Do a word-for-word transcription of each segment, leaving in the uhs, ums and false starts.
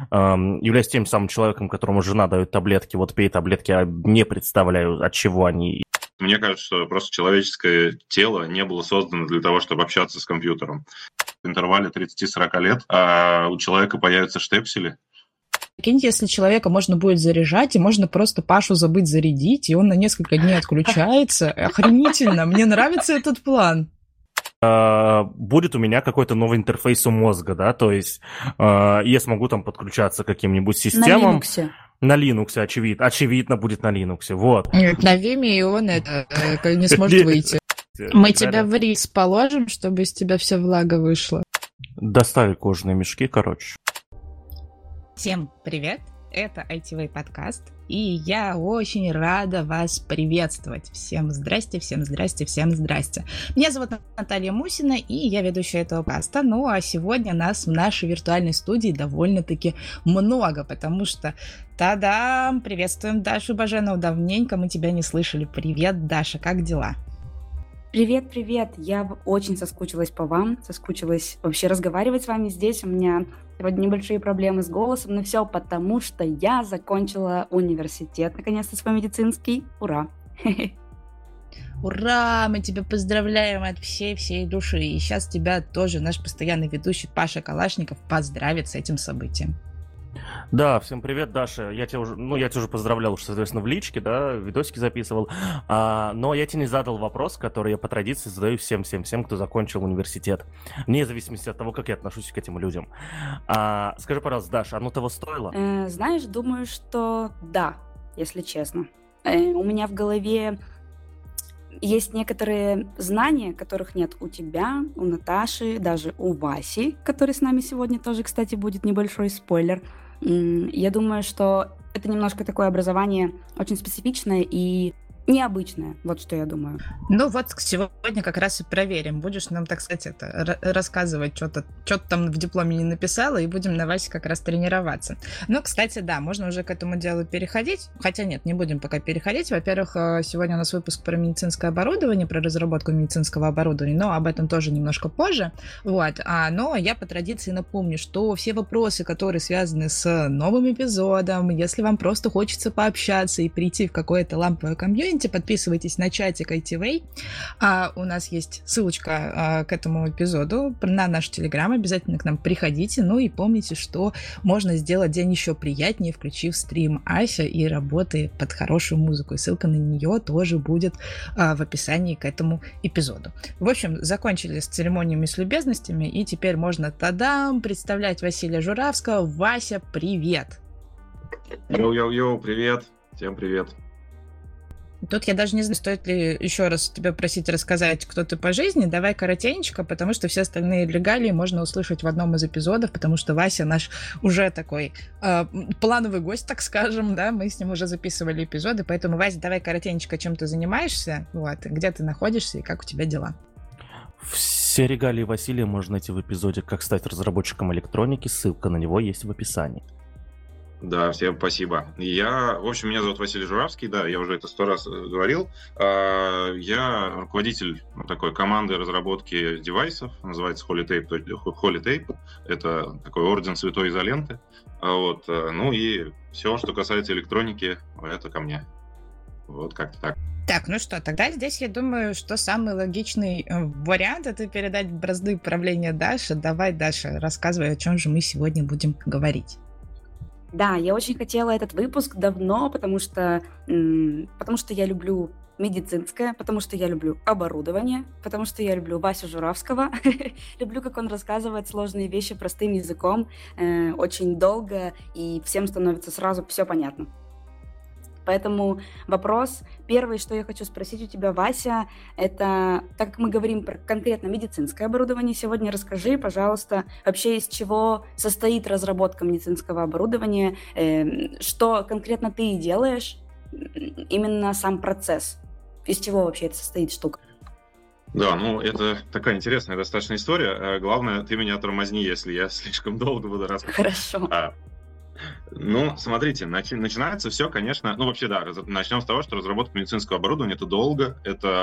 эм, являюсь тем самым человеком, которому жена дает таблетки, вот пей таблетки, а не представляю, от чего они. Мне кажется, что просто человеческое тело не было создано для того, чтобы общаться с компьютером. В интервале тридцать-сорок лет а у человека появятся штепсели. Прикинь, если человека можно будет заряжать, и можно просто Пашу забыть зарядить, и он на несколько дней отключается. Охренительно, мне нравится этот план. Будет у меня какой-то новый интерфейс у мозга, да, то есть я смогу там подключаться к каким-нибудь системам. На Linux. На Linux, очевидно. Очевидно, будет на Linux, вот. Нет, на Vime и он это не сможет выйти. Мы тебя в рис положим, чтобы из тебя вся влага вышла. Достали кожаные мешки, короче. Всем привет, это ай ти вей подкаст, и я очень рада вас приветствовать. Всем здрасте, всем здрасте, всем здрасте. Меня зовут Наталья Мусина, и я ведущая этого подкаста. Ну, а сегодня нас в нашей виртуальной студии довольно-таки много, потому что, та-дам, приветствуем Дашу Баженову. Давненько мы тебя не слышали. Привет, Даша, как дела? Привет, привет. Я очень соскучилась по вам, соскучилась вообще разговаривать с вами здесь. У меня сегодня небольшие проблемы с голосом, но все потому, что я закончила университет, наконец-то свой медицинский. Ура! Ура! Мы тебя поздравляем от всей-всей души. И сейчас тебя тоже наш постоянный ведущий Паша Калашников поздравит с этим событием. Да, всем привет, Даша. Я тебя уже, ну, я тебя уже поздравлял, что, соответственно, в личке, да, видосики записывал. А, но я тебе не задал вопрос, который я по традиции задаю всем-всем-всем, кто закончил университет. Вне зависимости от того, как я отношусь к этим людям. А, скажи, пожалуйста, Даша, оно того стоило? Э, знаешь, думаю, что да, если честно. Э, у меня в голове есть некоторые знания, которых нет у тебя, у Наташи, даже у Васи, который с нами сегодня тоже, кстати, будет небольшой спойлер. Я думаю, что это немножко такое образование очень специфичное и необычное, вот что я думаю. Ну вот сегодня как раз и проверим. Будешь нам, так сказать, это, р- рассказывать, что-то, что-то там в дипломе не написала, и будем на Васе как раз тренироваться. Ну, кстати, да, можно уже к этому делу переходить. Хотя нет, не будем пока переходить. Во-первых, сегодня у нас выпуск про медицинское оборудование, про разработку медицинского оборудования, но об этом тоже немножко позже. Вот. А, но я по традиции напомню, что все вопросы, которые связаны с новым эпизодом, если вам просто хочется пообщаться и прийти в какое-то ламповое комьюнити, подписывайтесь на чатик ай ти вей. А, у нас есть ссылочка а, к этому эпизоду на наш Телеграм. Обязательно к нам приходите. Ну и помните, что можно сделать день еще приятнее, включив стрим Ася и работы под хорошую музыку. И ссылка на нее тоже будет а, в описании к этому эпизоду. В общем, закончили с церемониями, с любезностями, и теперь можно, тадам, представлять Василия Журавского. Вася, привет! Йоу-йоу-йоу, привет! Всем привет! Тут я даже не знаю, стоит ли еще раз тебя просить рассказать, кто ты по жизни. Давай коротенько, потому что все остальные регалии можно услышать в одном из эпизодов, потому что Вася наш уже такой э, плановый гость, так скажем, да, мы с ним уже записывали эпизоды, поэтому, Вася, давай коротенько, чем ты занимаешься, вот, где ты находишься и как у тебя дела. Все регалии Василия можно найти в эпизоде «Как стать разработчиком электроники», ссылка на него есть в описании. Да, всем спасибо. Я, в общем, меня зовут Василий Журавский, да, я уже это сто раз говорил. Я руководитель такой команды разработки девайсов, называется Holytape. Holytape — это такой орден святой изоленты. Вот. Ну и все, что касается электроники, это ко мне. Вот как-то так. Так, ну что, тогда здесь, я думаю, что самый логичный вариант — это передать бразды правления Даше. Давай, Даша, рассказывай, о чем же мы сегодня будем говорить. Да, я очень хотела этот выпуск давно, потому что, м- потому что я люблю медицинское, потому что я люблю оборудование, потому что я люблю Васю Журавского, люблю, как он рассказывает сложные вещи простым языком, э, очень долго, и всем становится сразу все понятно. Поэтому вопрос первый, что я хочу спросить у тебя, Вася, это, так как мы говорим про конкретно медицинское оборудование, сегодня расскажи, пожалуйста, вообще из чего состоит разработка медицинского оборудования, э, что конкретно ты делаешь, именно сам процесс, из чего вообще это состоит штука? Да, ну это такая интересная достаточно история. Главное, ты меня тормозни, если я слишком долго буду рассказывать. Хорошо. А, ну, смотрите, начи- начинается все, конечно, ну вообще да, раз- начнем с того, что разработка медицинского оборудования — это долго, это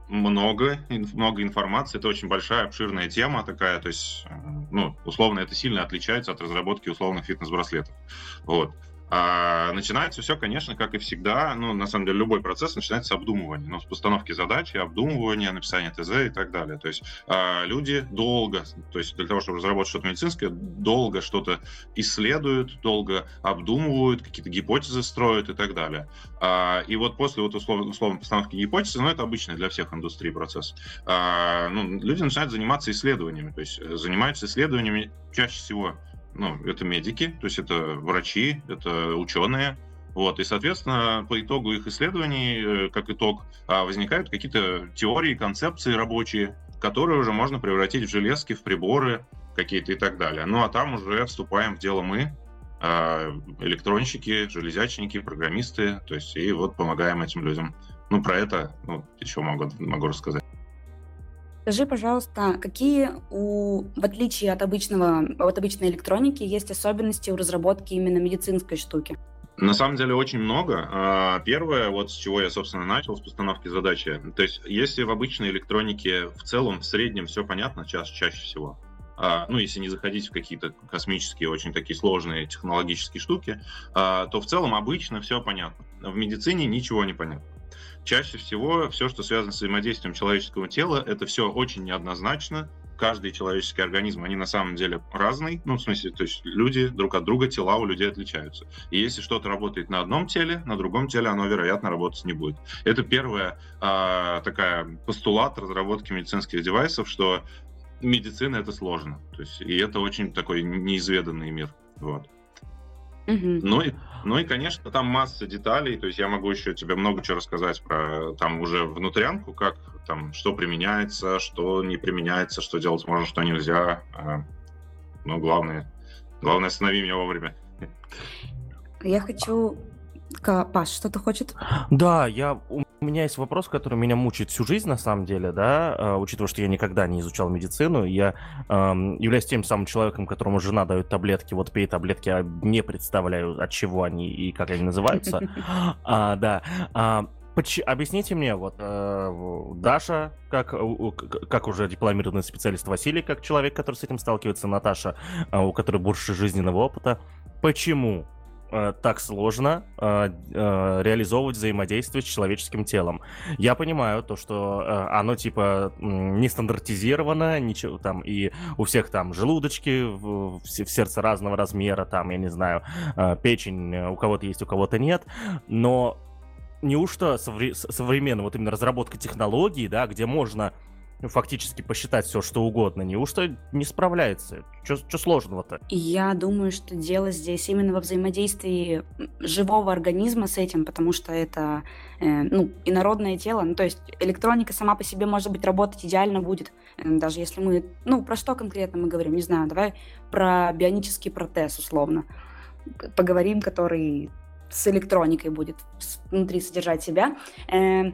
много, много информации, это очень большая, обширная тема такая, то есть, ну, условно, это сильно отличается от разработки условных фитнес-браслетов. Вот. А начинается все, конечно, как и всегда, ну, на самом деле, любой процесс начинается с обдумывания, ну, с постановки задачи, обдумывания, написания ТЗ и так далее. То есть а, люди долго, то есть для того, чтобы разработать что-то медицинское, долго что-то исследуют, долго обдумывают, какие-то гипотезы строят и так далее. А, и вот после вот условно, условно постановки гипотезы, ну, это обычный для всех индустрий процесс, а, ну, люди начинают заниматься исследованиями, то есть занимаются исследованиями чаще всего. Ну, это медики, то есть это врачи, это ученые. Вот, и, соответственно, по итогу их исследований, как итог, возникают какие-то теории, концепции рабочие, которые уже можно превратить в железки, в приборы какие-то и так далее. Ну, а там уже вступаем в дело мы, электронщики, железячники, программисты, то есть и вот помогаем этим людям. Ну, про это, ну, еще могу, могу рассказать. Скажи, пожалуйста, какие у, в отличие от обычного, от обычной электроники, есть особенности у разработки именно медицинской штуки? На самом деле очень много. Первое, вот с чего я, собственно, начал, с постановки задачи. То есть, если в обычной электронике в целом, в среднем все понятно, ча- чаще всего, ну, если не заходить в какие-то космические, очень такие сложные технологические штуки, то в целом обычно все понятно. В медицине ничего не понятно. Чаще всего все, что связано с взаимодействием человеческого тела, это все очень неоднозначно. Каждый человеческий организм, они на самом деле разные. Ну, в смысле, то есть люди друг от друга, тела у людей отличаются. И если что-то работает на одном теле, на другом теле оно, вероятно, работать не будет. Это первая а, такая постулат разработки медицинских девайсов, что медицина — это сложно. То есть, и это очень такой неизведанный мир. Вот. Мгм. Ну и, ну и, конечно, там масса деталей, то есть я могу еще тебе много чего рассказать про там уже внутрянку, как там, что применяется, что не применяется, что делать можно, что нельзя. А, ну, главное, главное, останови меня вовремя. Я хочу... Ка- Паш, что-то хочет? Да, я, у меня есть вопрос, который меня мучает всю жизнь, на самом деле, да, э, учитывая, что я никогда не изучал медицину, я эм, являюсь тем самым человеком, которому жена дает таблетки, вот пей таблетки, я не представляю, от чего они и как они называются. А, да. А, поч- объясните мне, вот э, Даша, как, у- у- к- как уже дипломированный специалист, Василий, как человек, который с этим сталкивается, Наташа, э, у которой больше жизненного опыта, почему э, так сложно э, э, реализовывать взаимодействие с человеческим телом? Я понимаю то, что э, оно типа м, не стандартизировано, ничего там, и у всех там желудочки в, в се- в сердце разного размера, там, я не знаю, э, печень э, у кого-то есть, у кого-то нет, но неужто совре- с- современная вот именно разработка технологий, да, где можно ну, фактически посчитать все, что угодно, неужто не справляется? Что сложного-то? И я думаю, что дело здесь именно во взаимодействии м, живого организма с этим, потому что это э, ну, инородное тело. Ну, то есть электроника сама по себе, может быть, работать идеально будет, э, даже если мы... Ну, про что конкретно мы говорим? Не знаю, давай про бионический протез, условно, г- поговорим, который с электроникой будет с- внутри содержать себя. Э,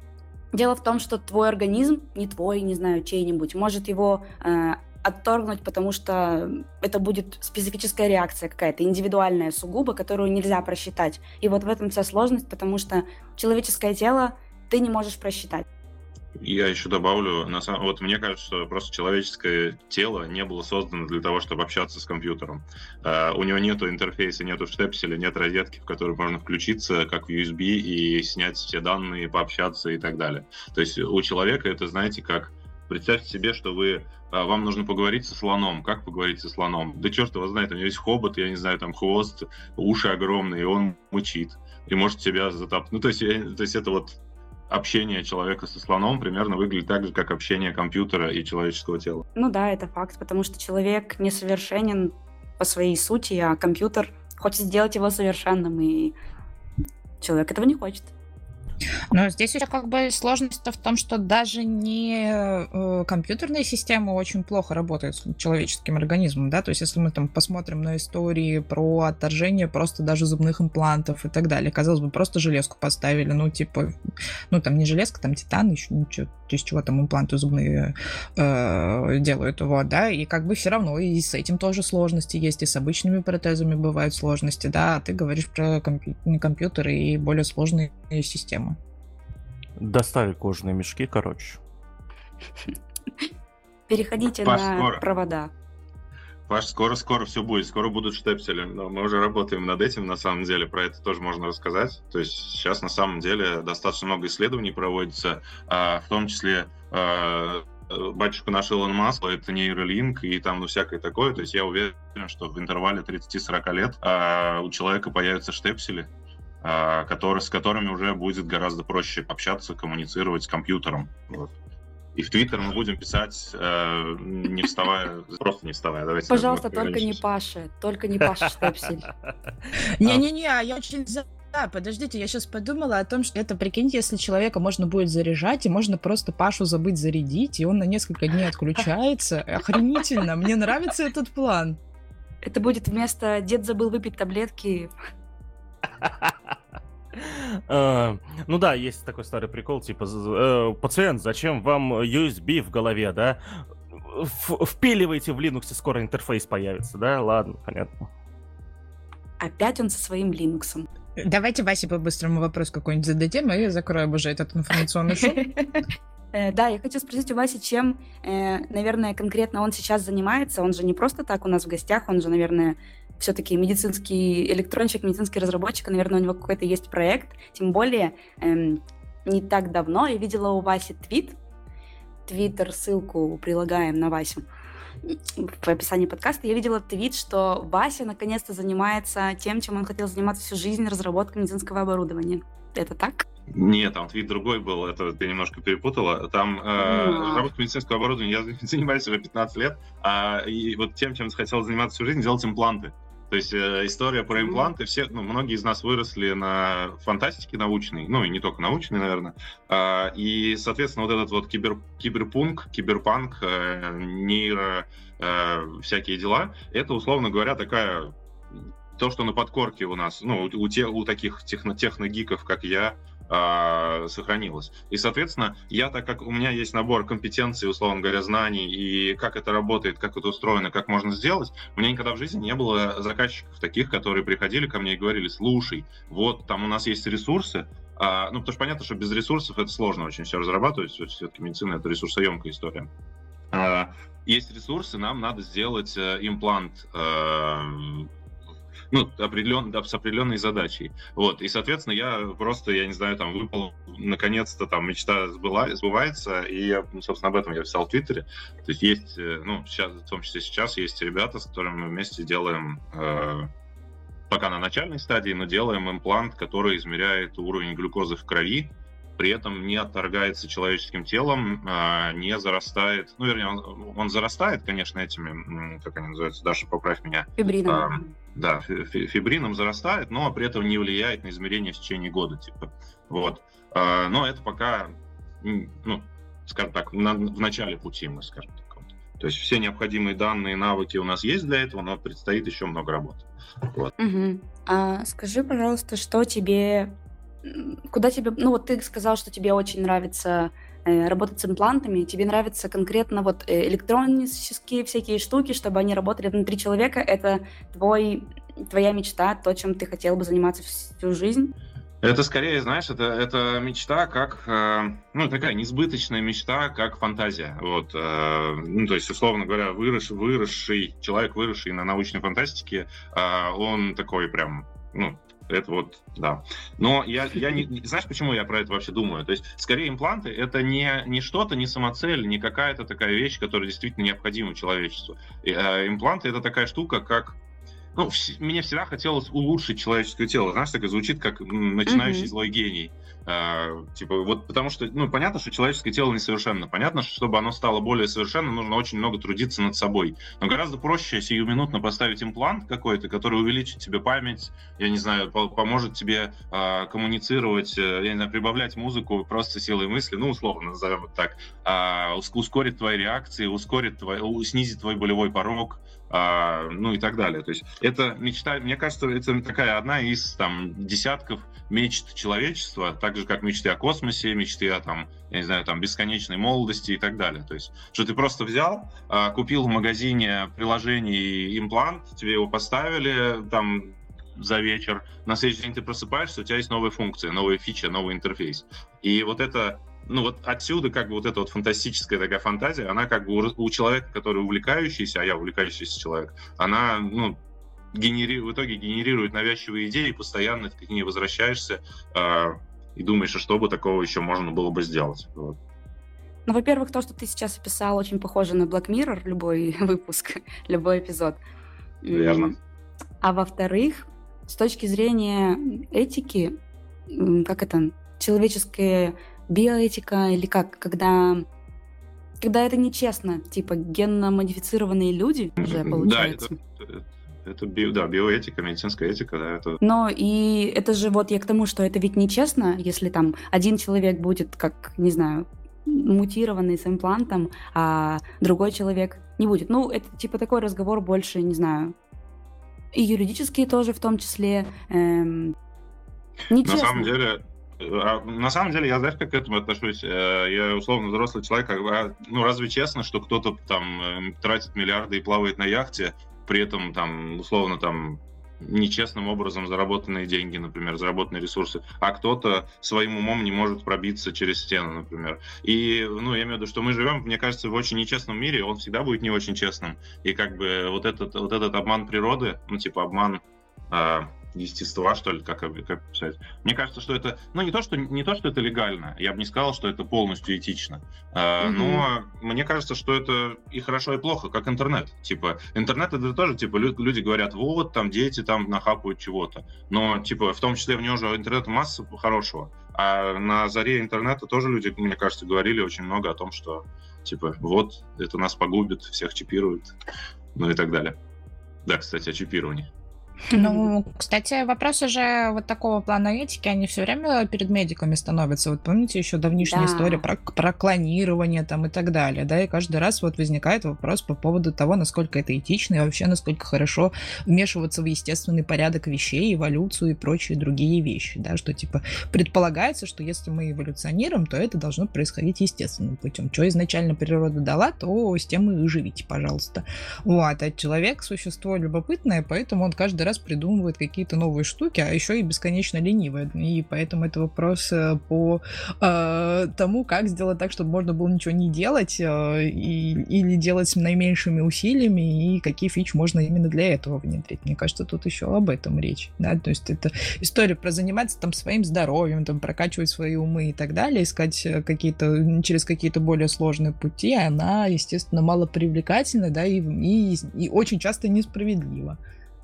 Дело в том, что твой организм, не твой, не знаю, чей-нибудь, может его э, отторгнуть, потому что это будет специфическая реакция какая-то, индивидуальная сугубо, которую нельзя просчитать. И вот в этом вся сложность, потому что человеческое тело ты не можешь просчитать. Я еще добавлю, на самом... вот мне кажется, что просто человеческое тело не было создано для того, чтобы общаться с компьютером. Uh, у него нету интерфейса, нету штепселя, нет розетки, в которую можно включиться, как в ю эс би, и снять все данные, пообщаться и так далее. То есть у человека это, знаете, как... Представьте себе, что вы, а, вам нужно поговорить со слоном. Как поговорить со слоном? Да черт его знает, у него есть хобот, я не знаю, там хвост, уши огромные, и он мычит. И может тебя затоптать. Ну, то есть, я- то есть это вот общение человека со слоном примерно выглядит так же, как общение компьютера и человеческого тела. Ну да, это факт, потому что человек несовершенен по своей сути, а компьютер хочет сделать его совершенным, и человек этого не хочет. Но здесь еще как бы сложность-то в том, что даже не э, компьютерные системы очень плохо работают с человеческим организмом, да, то есть если мы там посмотрим на истории про отторжение просто даже зубных имплантов и так далее, казалось бы, просто железку поставили, ну типа, ну там не железка, там титан, еще ничего, из чего там импланты зубные э, делают, вот, да, и как бы все равно и с этим тоже сложности есть, и с обычными протезами бывают сложности, да, а ты говоришь про компью- компьютеры и более сложные системы. Достали кожаные мешки, короче. Переходите Паш, на скоро. провода. Паш, скоро-скоро все будет, скоро будут штепсели. Но мы уже работаем над этим, на самом деле, про это тоже можно рассказать. То есть сейчас, на самом деле, достаточно много исследований проводится, а, в том числе а, батюшка наш Илон Маск, это нейролинк и там ну всякое такое. То есть я уверен, что в интервале тридцать-сорок лет а, у человека появятся штепсели, а, которые, с которыми уже будет гораздо проще общаться, коммуницировать с компьютером. Вот. И в Твиттер мы будем писать, э, не вставая, просто не вставая. Давайте Пожалуйста, только не Паша, только не Паша Штепсель. Не-не-не, а я очень за... Да, подождите, я сейчас подумала о том, что это, прикиньте, если человека можно будет заряжать, и можно просто Пашу забыть зарядить, и он на несколько дней отключается. Охренительно, мне нравится этот план. Это будет вместо «дед забыл выпить таблетки». Uh, ну да, есть такой старый прикол, типа, uh, пациент, зачем вам ю эс би в голове, да? В- впиливайте в Linux, скоро интерфейс появится, да? Ладно, понятно. Опять он со своим Линуксом. Давайте Васе по-быстрому вопрос какой-нибудь зададим, и закроем уже этот информационный шум. Да, я хочу спросить у Васи, чем, наверное, конкретно он сейчас занимается. Он же не просто так у нас в гостях, он же, наверное, все-таки медицинский электронщик, медицинский разработчик, и, наверное, у него какой-то есть проект. Тем более, эм, не так давно я видела у Васи твит, твиттер, ссылку прилагаем на Васю в описании подкаста. Я видела твит, что Вася наконец-то занимается тем, чем он хотел заниматься всю жизнь, разработкой медицинского оборудования. Это так? Нет, там твит другой был, это ты немножко перепутала. Там э, разработка медицинского оборудования я занимаюсь уже пятнадцать лет, а, и вот тем, чем хотел заниматься всю жизнь, делать импланты. То есть э, история про импланты, все, ну, многие из нас выросли на фантастике научной, ну и не только научной, наверное. А, и, соответственно, вот этот вот кибер, киберпунк, киберпанк, э, нейро, э, всякие дела, это, условно говоря, такая... То, что на подкорке у нас, ну, у, те, у таких техно, техногиков, как я, э, сохранилось. И, соответственно, я, так как у меня есть набор компетенций, условно говоря, знаний, и как это работает, как это устроено, как можно сделать, у меня никогда в жизни не было заказчиков таких, которые приходили ко мне и говорили: слушай, вот там у нас есть ресурсы, а, ну, потому что понятно, что без ресурсов это сложно очень все разрабатывать, все-таки медицина — это ресурсоемкая история. А, есть ресурсы, нам надо сделать э, имплант, э, ну, определен, да, с определенной задачей. Вот. И, соответственно, я просто, я не знаю, там, выпал, наконец-то, там, мечта сбыла, сбывается, и, я, собственно, об этом я писал в Твиттере. То есть есть, ну, сейчас, в том числе сейчас, есть ребята, с которыми мы вместе делаем, э, пока на начальной стадии, но делаем имплант, который измеряет уровень глюкозы в крови, при этом не отторгается человеческим телом, не зарастает, ну, вернее, он, он зарастает, конечно, этими, как они называются, Даша, поправь меня. Фибрином. А, да, фибрином зарастает, но при этом не влияет на измерение в течение года, типа, вот. А, но это пока, ну, скажем так, на, в начале пути мы, скажем так. Вот. То есть все необходимые данные, навыки у нас есть для этого, но предстоит еще много работы. Вот. Угу. А скажи, пожалуйста, что тебе... Куда тебе, ну вот ты сказал, что тебе очень нравится э, работать с имплантами, тебе нравятся конкретно вот э, электронические всякие штуки, чтобы они работали внутри человека, это твой, твоя мечта, то, чем ты хотел бы заниматься всю жизнь? Это скорее, знаешь, это, это мечта как, э, ну, такая несбыточная мечта, как фантазия. Вот, э, ну, то есть, условно говоря, вырос, выросший, человек, выросший на научной фантастике, э, он такой прям, ну, это вот, да. Но я, я не... Знаешь, почему я про это вообще думаю? То есть, скорее, импланты — это не, не что-то, не самоцель, не какая-то такая вещь, которая действительно необходима человечеству. И, э, импланты — это такая штука, как... Ну, в... мне всегда хотелось улучшить человеческое тело. Знаешь, так и звучит, как начинающий mm-hmm. злой гений. Uh, типа, вот потому что, ну, понятно, что человеческое тело несовершенно. Понятно, что чтобы оно стало более совершенным, нужно очень много трудиться над собой. Но гораздо проще сиюминутно поставить имплант какой-то, который увеличит тебе память, я не знаю, по- поможет тебе uh, коммуницировать, uh, я не знаю, прибавлять музыку просто силой мысли, ну, условно назовем это так, uh, ускорит твои реакции, ускорит твой, снизит твой болевой порог, uh, ну и так далее. То есть это мечта, мне кажется, это такая одна из там десятков мечт человечества, так же, как мечты о космосе, мечты о, там, я не знаю, там, бесконечной молодости и так далее. То есть, что ты просто взял, купил в магазине приложение имплант, тебе его поставили, там, за вечер, на следующий день ты просыпаешься, у тебя есть новые функции, новые фичи, новый интерфейс. И вот это, ну вот отсюда как бы вот эта вот фантастическая такая фантазия, она как бы у, у человека, который увлекающийся, а я увлекающийся человек, она, ну, генери... в итоге генерирует навязчивые идеи, и постоянно к ней возвращаешься э, и думаешь, а что бы такого еще можно было бы сделать. Вот. Ну, во-первых, то, что ты сейчас описал, очень похоже на Black Mirror, любой выпуск, любой эпизод. Верно. А во-вторых, с точки зрения этики, как это, человеческая биоэтика или как, когда, когда это нечестно, типа генно-модифицированные люди уже получается. Да, это, это био, да, биоэтика, медицинская этика, да, это... Но и это же вот я к тому, что это ведь нечестно, если там один человек будет, как, не знаю, мутированный с имплантом, а другой человек не будет. Ну, это типа такой разговор больше, не знаю, и юридические тоже в том числе. Эм, нечестно. На самом деле, на самом деле, я, знаешь, как к этому отношусь? Я, условно, взрослый человек. Ну, разве честно, что кто-то там тратит миллиарды и плавает на яхте, при этом, там, условно, там, нечестным образом заработанные деньги, например, заработанные ресурсы, а кто-то своим умом не может пробиться через стену, например. И, ну, я имею в виду, что мы живем, мне кажется, в очень нечестном мире, он всегда будет не очень честным. И как бы вот этот, вот этот обман природы, ну, типа обман э, естества, что ли, как, как писать. Мне кажется, что это, ну, не то, что, не то, что это легально, я бы не сказал, что это полностью этично, э, mm-hmm. но мне кажется, что это и хорошо, и плохо, как интернет. Типа, интернет это тоже, типа, люди говорят, вот, там, дети там нахапают чего-то, но, типа, в том числе в нем же интернет масса хорошего, а на заре интернета тоже люди, мне кажется, говорили очень много о том, что, типа, вот, это нас погубит, всех чипируют, ну и так далее. Да, кстати, о чипировании. Ну, кстати, вопросы же вот такого плана этики, они все время перед медиками становятся. Вот помните еще давнишняя да. история про, про клонирование там и так далее, да, и каждый раз вот возникает вопрос по поводу того, насколько это этично и вообще насколько хорошо вмешиваться в естественный порядок вещей, эволюцию и прочие другие вещи, да, что типа предполагается, что если мы эволюционируем, то это должно происходить естественным путем. Что изначально природа дала, то с тем и живите, пожалуйста. Вот, а человек существо любопытное, поэтому он каждый раз придумывает какие-то новые штуки, а еще и бесконечно ленивый. И поэтому это вопрос по э, тому, как сделать так, чтобы можно было ничего не делать э, и, или делать с наименьшими усилиями, и какие фичи можно именно для этого внедрить. Мне кажется, тут еще об этом речь. Да? То есть это история про заниматься там своим здоровьем, там, прокачивать свои умы и так далее, искать какие-то, через какие-то более сложные пути, она, естественно, мало привлекательна, да, и, и, и очень часто несправедлива.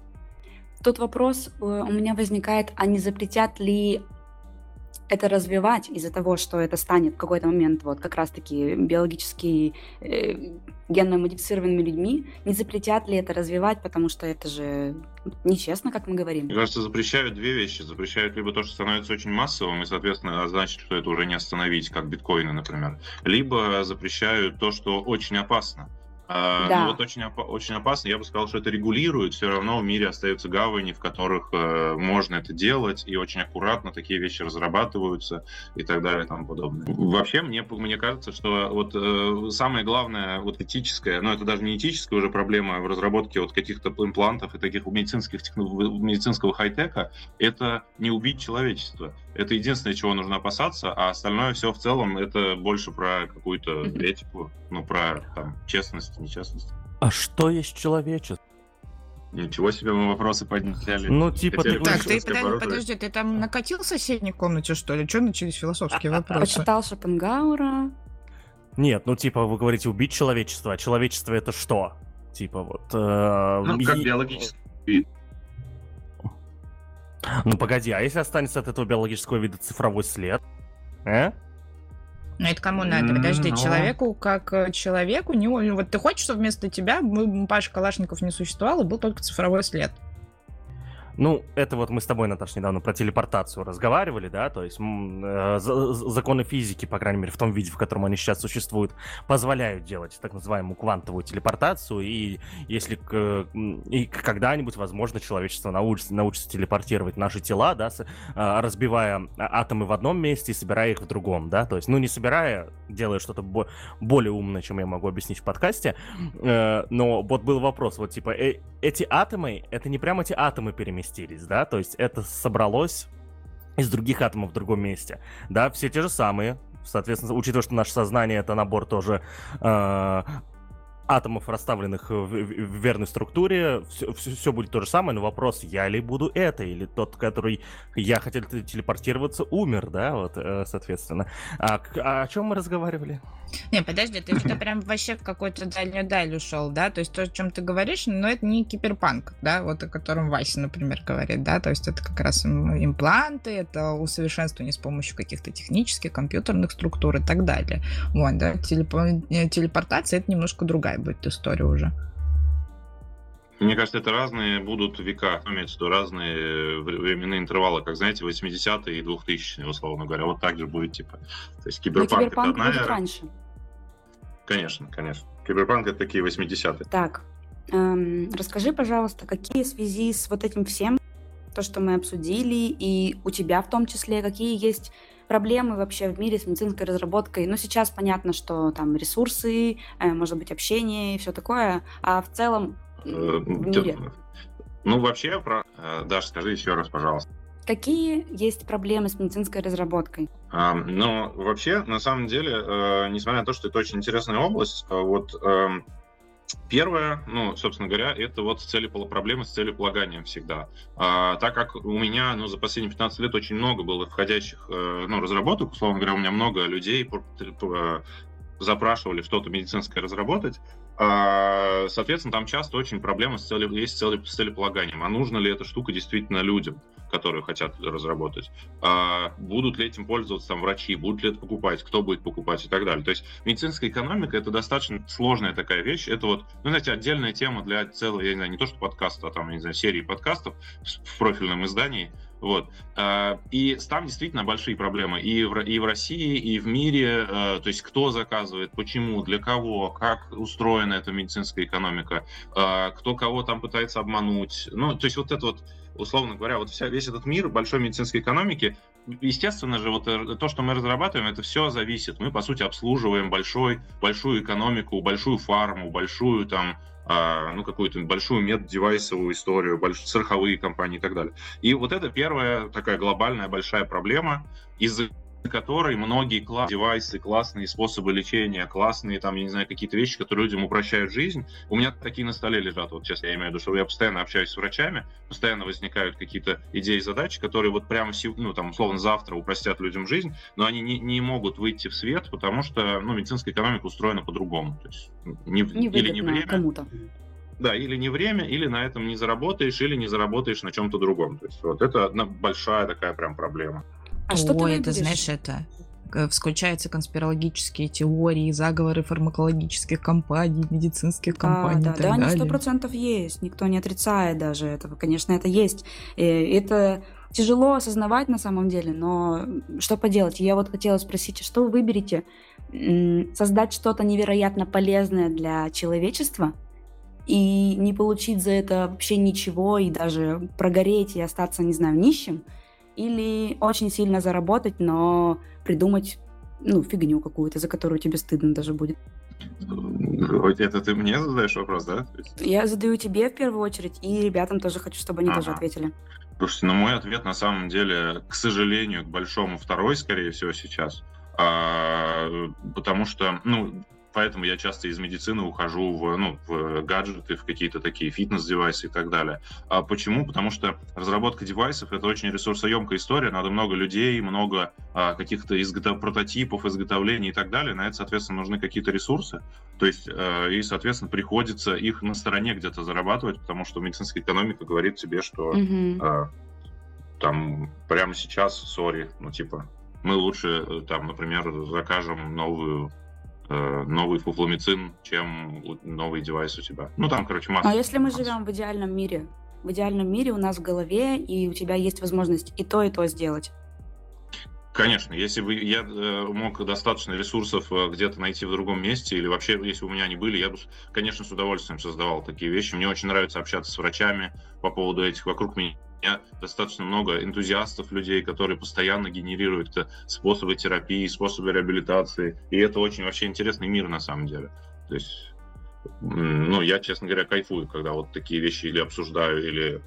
Тут вопрос у меня возникает, а не запретят ли это развивать из-за того, что это станет в какой-то момент вот как раз-таки биологически э, генно-модифицированными людьми, не запретят ли это развивать, потому что это же нечестно, как мы говорим. Мне кажется, запрещают две вещи. Запрещают либо то, что становится очень массовым, и, соответственно, значит, что это уже не остановить, как биткоины, например. Либо запрещают то, что очень опасно. Uh, да. Ну вот очень, опа- очень опасно. Я бы сказал, что это регулирует. Все равно в мире остаются гавани, в которых э, можно это делать, и очень аккуратно такие вещи разрабатываются и так далее и тому подобное. Вообще, мне, мне кажется, что вот э, самое главное, вот этическое, но это даже не этическая уже проблема в разработке вот каких-то имплантов и таких медицинских, медицинского хай-тека, это не убить человечество. Это единственное, чего нужно опасаться, а остальное все в целом это больше про какую-то mm-hmm. этику, ну, про там, честность, нечестность. А что есть человечество? Ничего себе мы вопросы подняли. Ну, типа, ты... Так, ты, подожди, подожди, ты там накатил в соседней комнате, что ли? Что начались философские вопросы? Почитал Шопенгауэра. Нет, ну, типа, вы говорите убить человечество, а человечество это что? Типа, вот... Э... Ну, как биологический вид. Ну, погоди, а если останется от этого биологического вида цифровой след? Э? Ну, это кому надо? Подожди, Но... человеку как человеку... Не... Вот ты хочешь, чтобы вместо тебя Паша Калашников не существовал, и был только цифровой след? Ну, это вот мы с тобой, Наташа, недавно про телепортацию разговаривали, да, то есть э, законы физики, по крайней мере, в том виде, в котором они сейчас существуют, позволяют делать так называемую квантовую телепортацию, и если к, и когда-нибудь, возможно, человечество научится, научится телепортировать наши тела, да, с, э, разбивая атомы в одном месте и собирая их в другом, да, то есть, ну, не собирая, делая что-то бо- более умное, чем я могу объяснить в подкасте, э, но вот был вопрос, вот, типа, э, эти атомы, это не прям эти атомы переместились, переместились, да, то есть это собралось из других атомов в другом месте, да, все те же самые, соответственно, учитывая, что наше сознание — это набор тоже э, атомов, расставленных в, в, в верной структуре, все, все, все будет то же самое, но вопрос, я ли буду это, или тот, который я хотел телепортироваться, умер, да, вот, э, соответственно. А, а о чем мы разговаривали? Не, подожди, ты что прям вообще в какую-то дальнюю даль ушел, да, то есть то, о чем ты говоришь, но это не киберпанк, да, вот о котором Вася, например, говорит, да, то есть это как раз импланты, это усовершенствование с помощью каких-то технических, компьютерных структур и так далее. Вот, да, телеп- телепортация — это немножко другая будет история уже. Мне кажется, это разные будут века, имеется в виду разные временные интервалы, как, знаете, восьмидесятые и двухтысячные, условно говоря. Вот так же будет, типа. То есть киберпанк, Но киберпанк это одна будет эра. раньше. Конечно, конечно. Киберпанк — это такие восьмидесятые. Так, эм, расскажи, пожалуйста, какие в связи с вот этим всем, то, что мы обсудили, и у тебя в том числе, какие есть проблемы вообще в мире с медицинской разработкой? Ну, сейчас понятно, что там ресурсы, э, может быть, общение и все такое, а в целом в мире. Ну, вообще, про... Даша, скажи еще раз, пожалуйста. Какие есть проблемы с медицинской разработкой? А, ну, вообще, на самом деле, э, несмотря на то, что это очень интересная область, э, вот э, первое, ну, собственно говоря, это вот целеполаг... проблемы с целеполаганием всегда. А, так как у меня, ну, за последние пятнадцать лет очень много было входящих, э, ну, разработок, условно говоря, у меня много людей по... По... запрашивали что-то медицинское разработать, соответственно, там часто очень проблемы с цели, есть цели, с целеполаганием. А нужна ли эта штука действительно людям, которые хотят разработать? А будут ли этим пользоваться там врачи? Будут ли это покупать? Кто будет покупать? И так далее. То есть медицинская экономика — это достаточно сложная такая вещь. Это вот, ну, знаете, отдельная тема для целого, я не знаю, не то что подкаста, а там, я не знаю, серии подкастов в профильном издании. Вот. И там действительно большие проблемы и в, и в России, и в мире. То есть кто заказывает, почему, для кого, как устроена эта медицинская экономика, кто кого там пытается обмануть. Ну, то есть вот это вот, условно говоря, вот вся, весь этот мир большой медицинской экономики, естественно же, вот то, что мы разрабатываем, это все зависит. Мы, по сути, обслуживаем большой, большую экономику, большую фарму, большую там, ну, какую-то большую меддевайсовую историю, большие цирковые компании и так далее. И вот это первая такая глобальная большая проблема, из-за которой многие классные девайсы, классные способы лечения, классные там, я не знаю, какие-то вещи, которые людям упрощают жизнь, у меня такие на столе лежат. Вот сейчас я имею в виду, что я постоянно общаюсь с врачами, постоянно возникают какие-то идеи и задачи, которые вот прямо, ну, там, условно, завтра упростят людям жизнь, но они не, не могут выйти в свет, потому что, ну, медицинская экономика устроена по-другому. То есть не, не или не время, кому-то. Да, или не время, или на этом не заработаешь, или не заработаешь на чем-то другом. То есть вот это одна большая такая прям проблема. А что Ой, ты это, знаешь, это включаются конспирологические теории, заговоры фармакологических компаний, медицинских компаний да, и так да, далее. они сто процентов есть, никто не отрицает даже этого, конечно, это есть. И это тяжело осознавать на самом деле, но что поделать? Я вот хотела спросить, что вы выберете? Создать что-то невероятно полезное для человечества и не получить за это вообще ничего, и даже прогореть и остаться, не знаю, нищим? Или очень сильно заработать, но придумать, ну, фигню какую-то, за которую тебе стыдно даже будет? Это ты мне задаешь вопрос, да? Я задаю тебе в первую очередь, и ребятам тоже хочу, чтобы они ага. тоже ответили. Слушайте, ну мой ответ на самом деле, к сожалению, к большому второй, скорее всего, сейчас. А, потому что, ну, поэтому я часто из медицины ухожу в, ну, в гаджеты, в какие-то такие фитнес-девайсы и так далее. А почему? Потому что разработка девайсов — это очень ресурсоемкая история, надо много людей, много а, каких-то изготов... прототипов, изготовлений и так далее. На это, соответственно, нужны какие-то ресурсы. То есть, а, и, соответственно, приходится их на стороне где-то зарабатывать, потому что медицинская экономика говорит тебе, что mm-hmm. а, там прямо сейчас, сори, ну, типа, мы лучше, там, например, закажем новую новый фуфломицин, чем новый девайс у тебя. Ну, там, короче, масса. А если мы живем в идеальном мире? В идеальном мире у нас в голове, и у тебя есть возможность и то, и то сделать. Конечно, если бы я мог достаточно ресурсов где-то найти в другом месте, или вообще, если бы у меня они были, я бы, конечно, с удовольствием создавал такие вещи. Мне очень нравится общаться с врачами по поводу этих. Вокруг меня достаточно много энтузиастов, людей, которые постоянно генерируют способы терапии, способы реабилитации. И это очень вообще интересный мир на самом деле. То есть, ну, я, честно говоря, кайфую, когда вот такие вещи или обсуждаю, или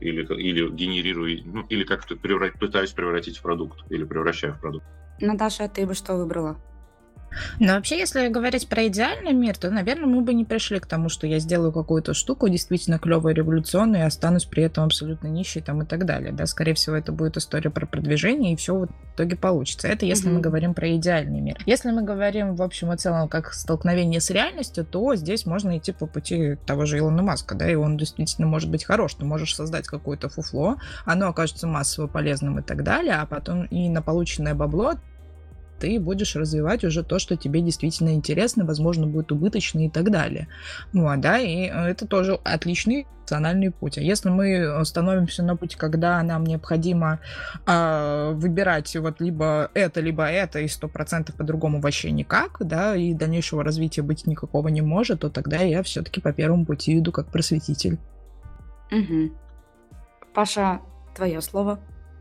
или, или генерирую, ну, или как-то преврат, пытаюсь превратить в продукт, или превращаю в продукт. Наташа, а ты бы что выбрала? Но вообще, если говорить про идеальный мир, то, наверное, мы бы не пришли к тому, что я сделаю какую-то штуку действительно клевую, революционную, и останусь при этом абсолютно нищей там, и так далее. Да? Скорее всего, это будет история про продвижение, и все в итоге получится. Это если mm-hmm. мы говорим про идеальный мир. Если мы говорим, в общем и целом, как столкновение с реальностью, то здесь можно идти по пути того же Илона Маска, да, и он действительно может быть хорош. Ты можешь создать какое-то фуфло, оно окажется массово полезным и так далее, а потом и на полученное бабло ты будешь развивать уже то, что тебе действительно интересно, возможно, будет убыточно и так далее. Вот, да, и это тоже отличный рациональный путь. А если мы становимся на путь, когда нам необходимо э, выбирать вот либо это, либо это, и сто процентов по-другому вообще никак, да, и дальнейшего развития быть никакого не может, то тогда я все-таки по первому пути иду как просветитель. Угу. Паша, твое слово.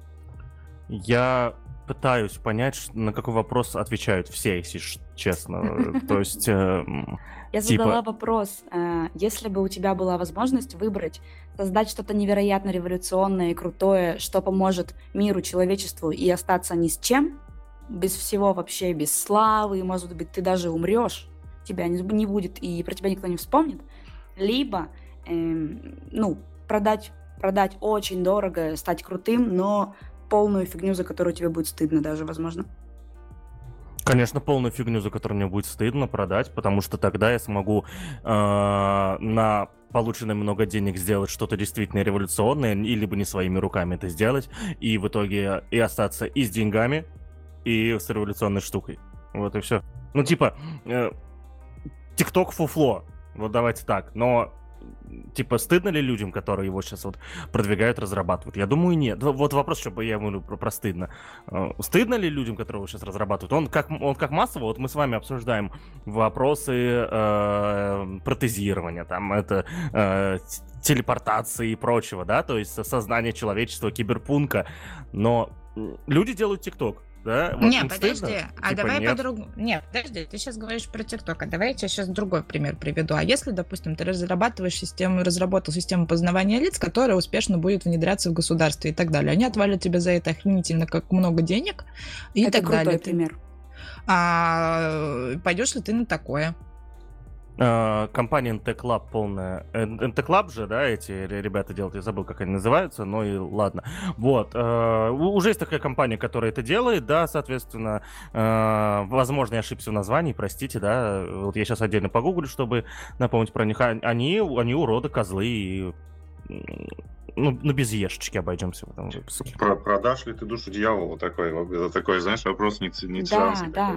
Я пытаюсь понять, на какой вопрос отвечают все, если честно. То есть... Я задала вопрос. Если бы у тебя была возможность выбрать, создать что-то невероятно революционное и крутое, что поможет миру, человечеству и остаться ни с чем, без всего вообще, без славы, может быть, ты даже умрешь, тебя не будет и про тебя никто не вспомнит, либо, эм, ну, продать, продать очень дорого, стать крутым, но полную фигню, за которую тебе будет стыдно даже, возможно. Конечно, полную фигню, за которую мне будет стыдно продать, потому что тогда я смогу э, на полученное много денег сделать что-то действительно революционное, и либо не своими руками это сделать, и в итоге и остаться и с деньгами, и с революционной штукой. Вот и все. Ну, типа, ТикТок э, фуфло, вот давайте так, но... Типа, стыдно ли людям, которые его сейчас вот продвигают, разрабатывают? Я думаю, нет. Вот вопрос, чтобы я говорю про, про стыдно. Стыдно ли людям, которые его сейчас разрабатывают? Он как, он как массово, вот мы с вами обсуждаем вопросы э, протезирования, там, это э, телепортации и прочего, да, то есть сознание человечества, киберпунка, но люди делают ТикТок. Да? Вот не, подожди, стыдно? а типа давай нет. по-другому. Нет, подожди, ты сейчас говоришь про ТикТок, а давай я тебе сейчас другой пример приведу. А если, допустим, ты разрабатываешь систему, разработал систему познавания лиц, которая успешно будет внедряться в государстве и так далее, они отвалят тебе за это охренительно как много денег и это так крутой далее. пример. А пойдешь ли ты на такое? Компания эн тэ Club полная. эн тэ Club же, да, эти ребята делают, я забыл, как они называются, но и ладно. Вот. Уже есть такая компания, которая это делает, да, соответственно, возможно, я ошибся в названии, простите, да, вот я сейчас отдельно погуглю, чтобы напомнить про них. Они, они уроды, козлы, и ну, ну, без ешечки обойдемся в этом выпуске. Про, продашь ли ты душу дьяволу? Такой, это такой, знаешь, вопрос не, не Да, да.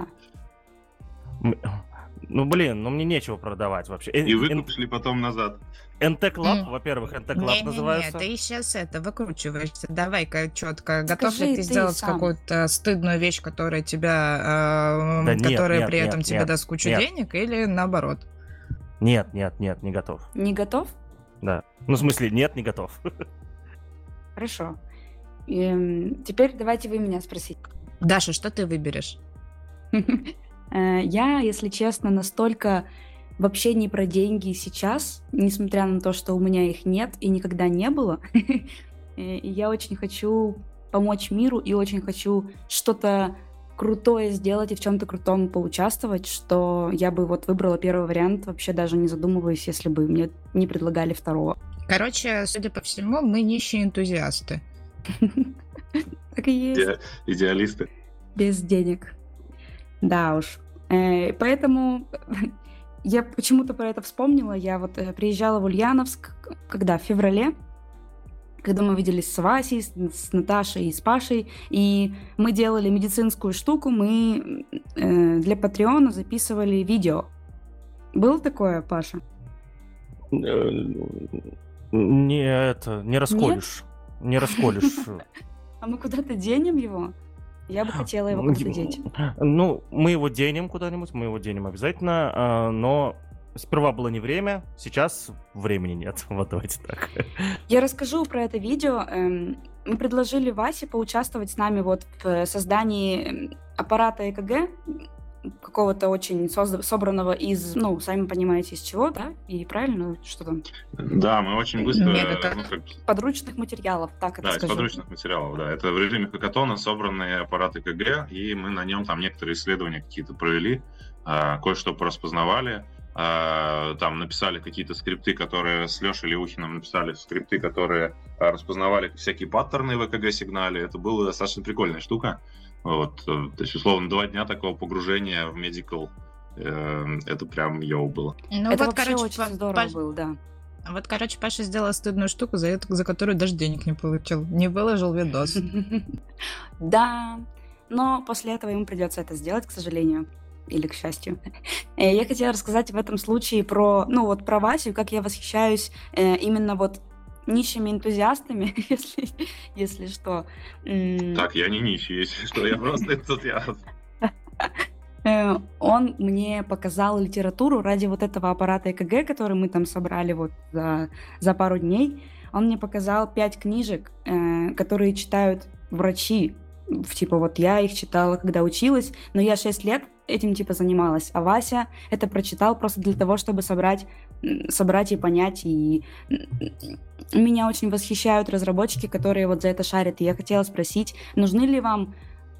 Ну, блин, ну мне нечего продавать вообще. И выкупишь ли потом назад? эн тэ Club, Mm. во-первых, эн тэ Club не, называется. Нет, ты сейчас это выкручиваешься. Давай-ка четко. Готов Скажи ли ты сделать сам. какую-то стыдную вещь, которая тебя, э, Да нет, которая нет, при нет, этом нет, тебе даст кучу нет. денег, или наоборот? Нет, нет, нет, не готов. Не готов? Да. Ну, в смысле, нет, не готов. Хорошо. Эм, теперь давайте вы меня спросите. Даша, что ты выберешь? Я, если честно, настолько вообще не про деньги сейчас, несмотря на то, что у меня их нет и никогда не было. И я очень хочу помочь миру и очень хочу что-то крутое сделать и в чем-то крутом поучаствовать, что я бы вот выбрала первый вариант, вообще даже не задумываясь, если бы мне не предлагали второго. Короче, судя по всему, мы нищие энтузиасты. Так и есть. Иде- идеалисты. Без денег. Да уж. Э, поэтому я почему-то про это вспомнила. Я вот э, приезжала в Ульяновск, когда? В феврале, когда мы виделись с Васей, с, с Наташей и с Пашей, и мы делали медицинскую штуку, мы э, для Патреона записывали видео. Было такое, Паша? Не это, не расколешь. Не расколешь. А мы куда-то денем его? Я бы хотела его как-то деть. Ну, мы его денем куда-нибудь, мы его денем обязательно, но сперва было не время, сейчас времени нет. Вот давайте так. Я расскажу про это видео. Мы предложили Васе поучаствовать с нами вот в создании аппарата ЭКГ. какого-то очень созда- собранного из, ну, сами понимаете, из чего, да? И правильно, что там? Да, мы очень быстро... Нет, это- ну, как- Подручных материалов, так это Да, из скажу. подручных материалов, да. Это в режиме хакатона собранные аппараты КГ, и мы на нем там некоторые исследования какие-то провели, а, кое-что пораспознавали, а, там написали какие-то скрипты, которые с Лешей Леухиным написали, скрипты, которые а, распознавали всякие паттерны в ЭКГ-сигнале. Это была достаточно прикольная штука. Вот, э, то есть, условно, два дня такого погружения в medical, э, это прям йоу было. Ну это вот, вообще короче, очень Па- здорово Паш- было, да. вот, короче, Паша сделал стыдную штуку, за, эту, за которую даже денег не получил. Не выложил видос. Да, но после этого ему придется это сделать, к сожалению. Или к счастью. Э, Я хотела рассказать в этом случае про, ну вот про Васю, как я восхищаюсь э, именно вот нищими энтузиастами, если, если что. М, Так, я не нищий, если что, я просто энтузиаст. э, Он мне показал литературу ради вот этого аппарата ЭКГ, который мы там собрали вот за, за пару дней. Он мне показал пять книжек, э, которые читают врачи. В- Типа вот я их читала, когда училась, но я шесть лет этим типа занималась, а Вася это прочитал просто для того, чтобы собрать, м, собрать и понять. И м, меня очень восхищают разработчики, которые вот за это шарят. И я хотела спросить, нужны ли вам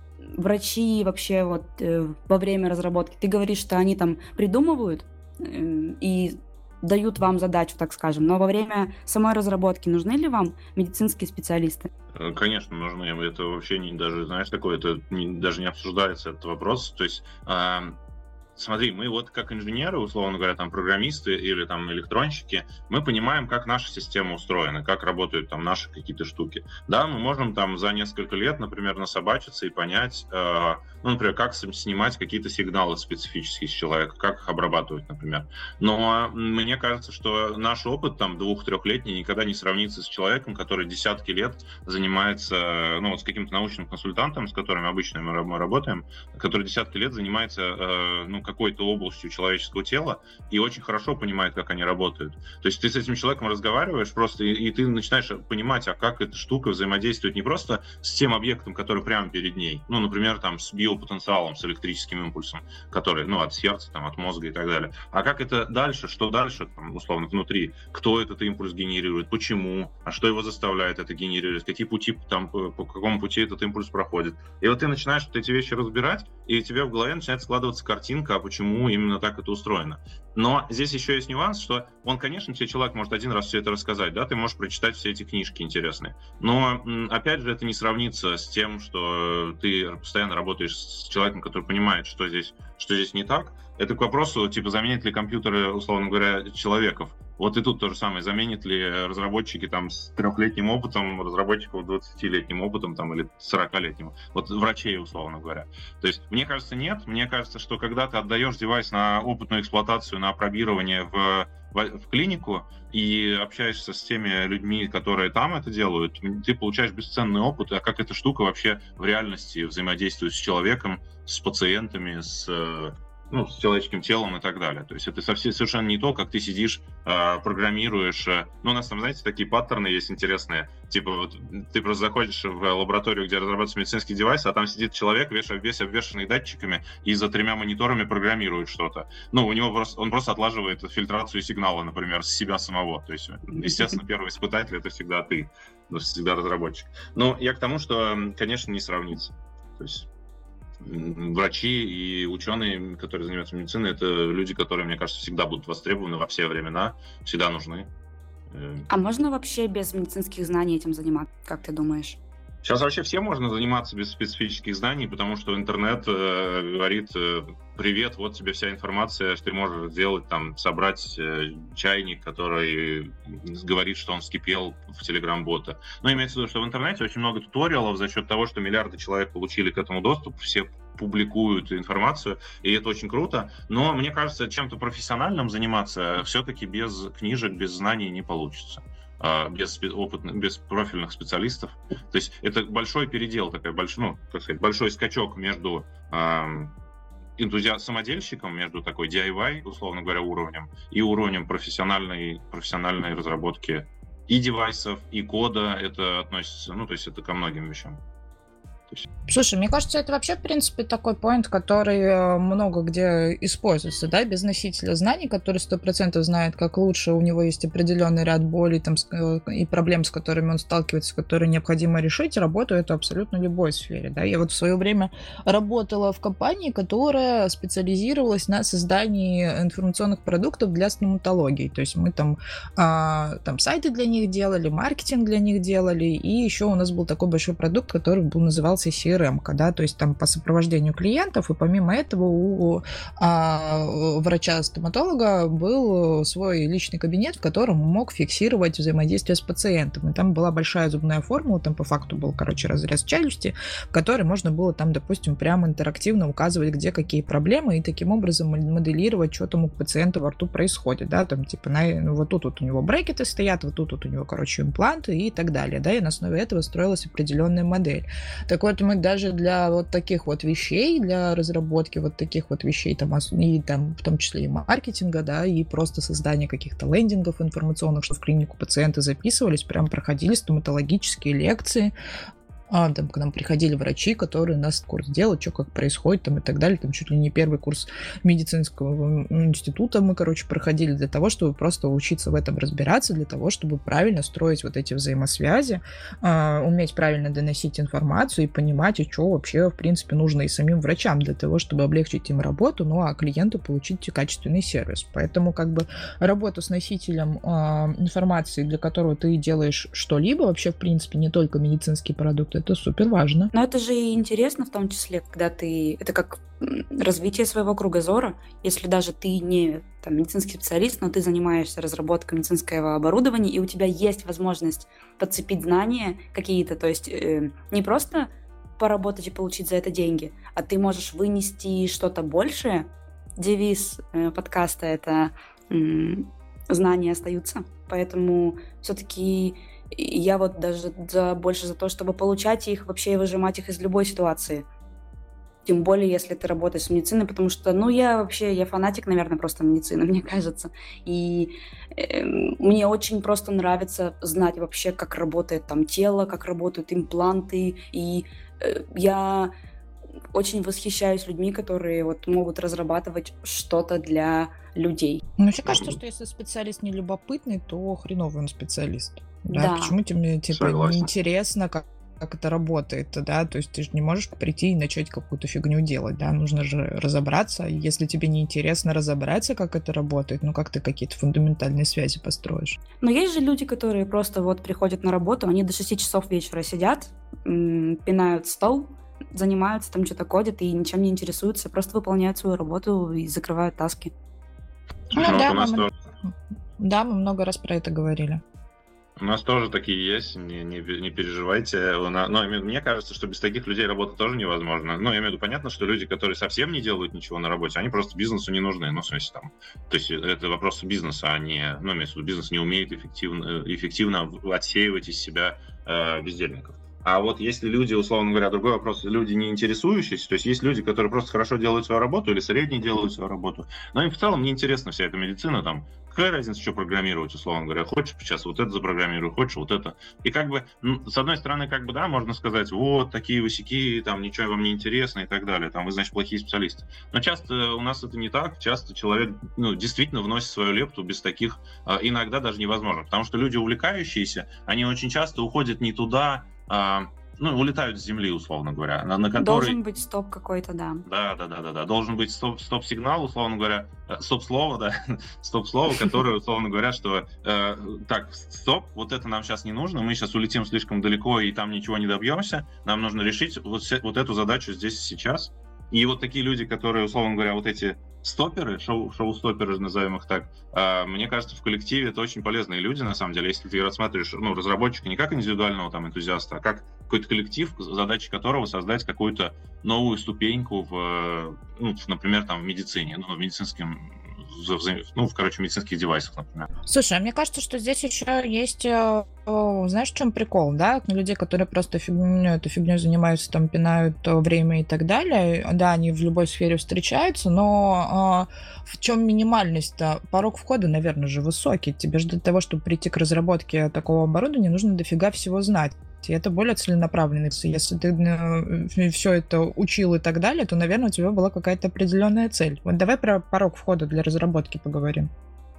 врачи вообще вот э, во время разработки? Ты говоришь, что они там придумывают э, и дают вам задачу, так скажем, но во время самой разработки нужны ли вам медицинские специалисты? Э, Конечно, нужны. Это вообще не, даже, знаешь, такое, это не- даже не обсуждается этот вопрос. То есть, а, смотри, мы вот как инженеры, условно говоря, там программисты или там электронщики, мы понимаем, как наша система устроена, как работают там наши какие-то штуки. Да, мы можем там за несколько лет, например, насобачиться и понять, э, ну, например, как с- снимать какие-то сигналы специфические с человека, как их обрабатывать, например. Но мне кажется, что наш опыт там двух-трехлетний никогда не сравнится с человеком, который десятки лет занимается, ну, вот с каким-то научным консультантом, с которым обычно мы, раб- мы работаем, который десятки лет занимается, э, ну, какой-то областью человеческого тела и очень хорошо понимает, как они работают. То есть ты с этим человеком разговариваешь просто, и, и ты начинаешь понимать, а как эта штука взаимодействует не просто с тем объектом, который прямо перед ней, ну, например, там, с биопотенциалом, с электрическим импульсом, который, ну, от сердца, там, от мозга и так далее. А как это дальше, что дальше, там, условно, внутри, кто этот импульс генерирует, почему, а что его заставляет это генерировать, какие пути, там, по, по какому пути этот импульс проходит. И вот ты начинаешь вот эти вещи разбирать, и у тебя в голове начинает складываться картинка, а почему именно так это устроено. Но здесь еще есть нюанс, что он, конечно, тебе человек может один раз все это рассказать, да, ты можешь прочитать все эти книжки интересные, но, м, опять же, это не сравнится с тем, что ты постоянно работаешь с человеком, который понимает, что здесь, что здесь не так. Это к вопросу, типа, заменят ли компьютеры, условно говоря, человеков. Вот и тут то же самое, заменят ли разработчики там с трехлетним опытом разработчиков двадцатилетним опытом там или сорокалетним, вот врачей, условно говоря. То есть, мне кажется, нет. Мне кажется, что когда ты отдаешь девайс на опытную эксплуатацию, на опробирование в, в, в клинику и общаешься с теми людьми, которые там это делают, ты получаешь бесценный опыт, а как эта штука вообще в реальности взаимодействует с человеком, с пациентами, с ну, с человеческим телом и так далее. То есть это совсем совершенно не то, как ты сидишь, э, программируешь. Э, ну, у нас там, знаете, такие паттерны есть интересные. Типа вот ты просто заходишь в лабораторию, где разрабатываются медицинские девайсы, а там сидит человек, весь, весь обвешанный датчиками, и за тремя мониторами программирует что-то. Ну, у него просто, он просто отлаживает фильтрацию сигнала, например, с себя самого. То есть, естественно, первый испытатель — это всегда ты, всегда разработчик. Но я к тому, что, конечно, не сравнится. То есть врачи и ученые, которые занимаются медициной, это люди, которые, мне кажется, всегда будут востребованы во все времена, всегда нужны. А можно вообще без медицинских знаний этим заниматься, как ты думаешь? Сейчас вообще всем можно заниматься без специфических знаний, потому что интернет э, говорит: э, привет, вот тебе вся информация, что ты можешь сделать, там, собрать э, чайник, который говорит, что он вскипел в Telegram-бота. Но имеется в виду, что в интернете очень много туториалов за счет того, что миллиарды человек получили к этому доступ, все публикуют информацию, и это очень круто. Но мне кажется, чем-то профессиональным заниматься все-таки без книжек, без знаний не получится. Без опытных, без профильных специалистов. То есть это большой передел, такой большой, ну, как сказать, большой скачок между эм, энтузиа- самодельщиком, между такой ди ай вай, условно говоря, уровнем, и уровнем профессиональной, профессиональной разработки и девайсов, и кода. Это относится, ну, то есть это ко многим вещам. Слушай, мне кажется, это вообще, в принципе, такой поинт, который много где используется, да, без носителя знаний, который сто процентов знает, как лучше, у него есть определенный ряд болей там, и проблем, с которыми он сталкивается, которые необходимо решить, работаю это абсолютно в любой сфере, да. Я вот в свое время работала в компании, которая специализировалась на создании информационных продуктов для стоматологии, то есть мы там, а, там сайты для них делали, маркетинг для них делали, и еще у нас был такой большой продукт, который был назывался си эр эм, да, то есть там по сопровождению клиентов, и помимо этого у а, врача-стоматолога был свой личный кабинет, в котором он мог фиксировать взаимодействие с пациентом, и там была большая зубная формула, там по факту был, короче, разрез челюсти, в который можно было там, допустим, прямо интерактивно указывать, где какие проблемы, и таким образом моделировать, что там у пациента во рту происходит, да, там типа на, ну, вот тут вот у него брекеты стоят, вот тут вот у него, короче, импланты и так далее, да, и на основе этого строилась определенная модель. Так вот, мы даже для вот таких вот вещей, для разработки вот таких вот вещей, там, и там, в том числе и маркетинга, да, и просто создания каких-то лендингов информационных, что в клинику пациенты записывались, прям проходили стоматологические лекции, А, там, к нам приходили врачи, которые нас курс делают, что как происходит там, и так далее. Там чуть ли не первый курс медицинского института мы, короче, проходили для того, чтобы просто учиться в этом разбираться, для того, чтобы правильно строить вот эти взаимосвязи, э, уметь правильно доносить информацию и понимать, и что вообще, в принципе, нужно и самим врачам для того, чтобы облегчить им работу, ну, а клиенту получить качественный сервис. Поэтому, как бы, работа с носителем э, информации, для которого ты делаешь что-либо, вообще, в принципе, не только медицинский продукт, это супер важно. Но это же и интересно в том числе, когда ты... Это как развитие своего кругозора. Если даже ты не там, медицинский специалист, но ты занимаешься разработкой медицинского оборудования, и у тебя есть возможность подцепить знания какие-то, то есть э, не просто поработать и получить за это деньги, а ты можешь вынести что-то большее. Девиз э, подкаста — это э, знания остаются. Поэтому все-таки я вот даже за, больше за то, чтобы получать их вообще и выжимать их из любой ситуации. Тем более, если ты работаешь с медициной, потому что, ну, я вообще, я фанатик, наверное, просто медицины, мне кажется. И э, мне очень просто нравится знать вообще, как работает там тело, как работают импланты. И э, я очень восхищаюсь людьми, которые вот могут разрабатывать что-то для людей. Мне кажется, что если специалист не любопытный, то хреновый он специалист. Да, Да. почему тебе типа Согласен. неинтересно, как, как это работает, да, то есть ты же не можешь прийти и начать какую-то фигню делать, да, нужно же разобраться, и если тебе неинтересно разобраться, как это работает, ну как ты какие-то фундаментальные связи построишь? Но есть же люди, которые просто вот приходят на работу, они до шести часов вечера сидят, м, пинают стол, занимаются там, что-то кодят и ничем не интересуются, просто выполняют свою работу и закрывают таски. Слушай, ну да, вот у нас мы, тоже да, мы много раз про это говорили. У нас тоже такие есть, не, не, не переживайте. У нас- Но мне кажется, что без таких людей работа тоже невозможно. Ну, я имею в виду, понятно, что люди, которые совсем не делают ничего на работе, они просто бизнесу не нужны. Ну, в смысле, там, то есть это вопрос бизнеса, а не, ну, имеется в виду, бизнес не умеет эффективно, эффективно отсеивать из себя э, бездельников. А вот если люди, условно говоря, другой вопрос, люди не интересующиеся, то есть есть люди, которые просто хорошо делают свою работу или средне делают свою работу, но им в целом не интересна вся эта медицина, там, какая разница, что программировать, условно говоря, хочешь сейчас вот это запрограммирую, хочешь вот это. И как бы, ну, с одной стороны, как бы, да, можно сказать, вот, такие высяки, там, ничего вам не интересно и так далее, там, вы, значит, плохие специалисты. Но часто у нас это не так, часто человек, ну, действительно вносит свою лепту без таких, э, иногда даже невозможно, потому что люди увлекающиеся, они очень часто уходят не туда, а, ну, улетают с земли, условно говоря, на, на который... Должен быть стоп какой-то, да. Да, да, да, да, да. Должен быть стоп, стоп-сигнал, условно говоря, э, стоп-слово, да, стоп-слово, которое, условно говоря, что э, так, стоп, вот это нам сейчас не нужно, мы сейчас улетим слишком далеко и там ничего не добьемся, нам нужно решить вот, се- вот эту задачу здесь и сейчас. И вот такие люди, которые, условно говоря, вот эти стоперы, шоу, шоу-стоперы, назовем их так, э, мне кажется, в коллективе это очень полезные люди, на самом деле, если ты рассматриваешь, ну, разработчика не как индивидуального там энтузиаста, а как какой-то коллектив, задача которого создать какую-то новую ступеньку в, ну, в, например, там, в медицине, ну, в медицинском, вза- ну, в, короче, медицинских девайсах, например. Слушай, а мне кажется, что здесь еще есть, э, э, знаешь, в чем прикол, да? Людей, которые просто фигню, этой фигней занимаются, там, пинают э, время и так далее, да, они в любой сфере встречаются, но э, в чем минимальность-то? Порог входа, наверное, же высокий. Тебе же для того, чтобы прийти к разработке такого оборудования, нужно дофига всего знать. И это более целенаправленный. Если ты все это учил и так далее, то, наверное, у тебя была какая-то определенная цель. Вот давай про порог входа для разработки поговорим.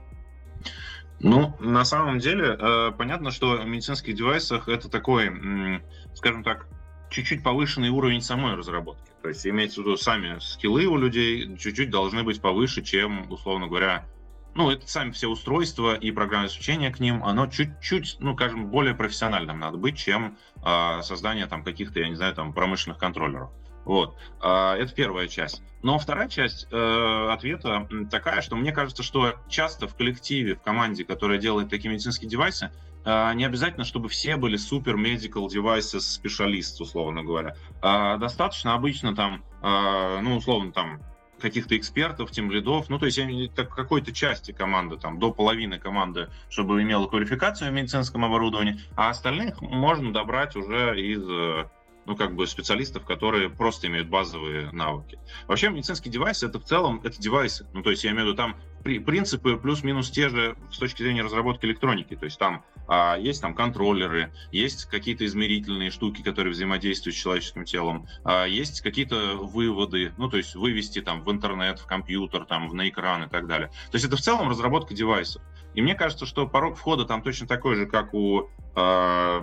Ну, на самом деле, э, понятно, что в медицинских девайсах это такой, м, скажем так, чуть-чуть повышенный уровень самой разработки. То есть имеется в виду, сами скиллы у людей чуть-чуть должны быть повыше, чем, условно говоря, ну, это сами все устройства и программное обеспечение к ним, оно чуть-чуть, ну, скажем, более профессиональным надо быть, чем э, создание там каких-то, я не знаю, там промышленных контроллеров. Вот. Э, это первая часть. Но вторая часть э, ответа такая, что мне кажется, что часто в коллективе, в команде, которая делает такие медицинские девайсы, э, не обязательно, чтобы все были супер medical devices специалисты, условно говоря. Э, достаточно обычно там, э, ну, условно, там, каких-то экспертов, тимлидов, ну, то есть какой-то части команды, там, до половины команды, чтобы имела квалификацию в медицинском оборудовании, а остальных можно добрать уже из, ну, как бы специалистов, которые просто имеют базовые навыки. Вообще медицинский девайс — это в целом, это девайсы, ну, то есть я имею в виду там принципы плюс-минус те же с точки зрения разработки электроники, то есть там а, есть там контроллеры, есть какие-то измерительные штуки, которые взаимодействуют с человеческим телом, а, есть какие-то выводы, ну, то есть вывести там в интернет, в компьютер, там, на экран и так далее. То есть это в целом разработка девайсов. И мне кажется, что порог входа там точно такой же, как у... А,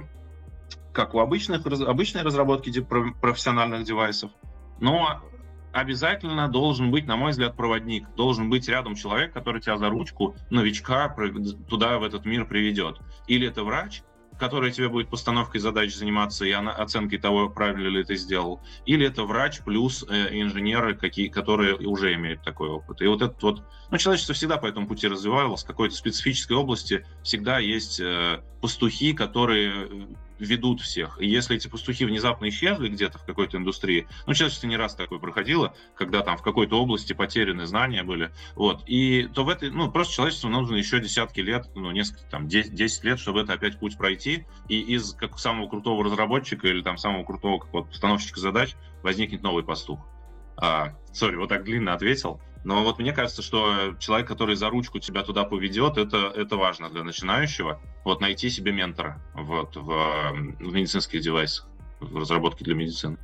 как у обычных, обычной разработки профессиональных девайсов, но обязательно должен быть, на мой взгляд, проводник, должен быть рядом человек, который тебя за ручку, новичка, туда, в этот мир приведет. Или это врач, который тебе будет постановкой задач заниматься и оценкой того, правильно ли ты сделал, или это врач плюс э, инженеры, какие, которые уже имеют такой опыт. И вот этот вот, ну, человечество всегда по этому пути развивалось, в какой-то специфической области всегда есть э, пастухи, которые ведут всех. И если эти пастухи внезапно исчезли где-то в какой-то индустрии, ну, человечество не раз такое проходило, когда там в какой-то области потеряны знания были, вот, и то в этой, ну, просто человечеству нужно еще десятки лет, ну, несколько, там, десять лет, чтобы это опять путь пройти, и из как самого крутого разработчика или там самого крутого как вот, постановщика задач возникнет новый пастух. Сори, а, вот так длинно ответил. Но вот мне кажется, что человек, который за ручку тебя туда поведет, это, это важно для начинающего. Вот найти себе ментора вот, в, в медицинских девайсах, в разработке для медицины.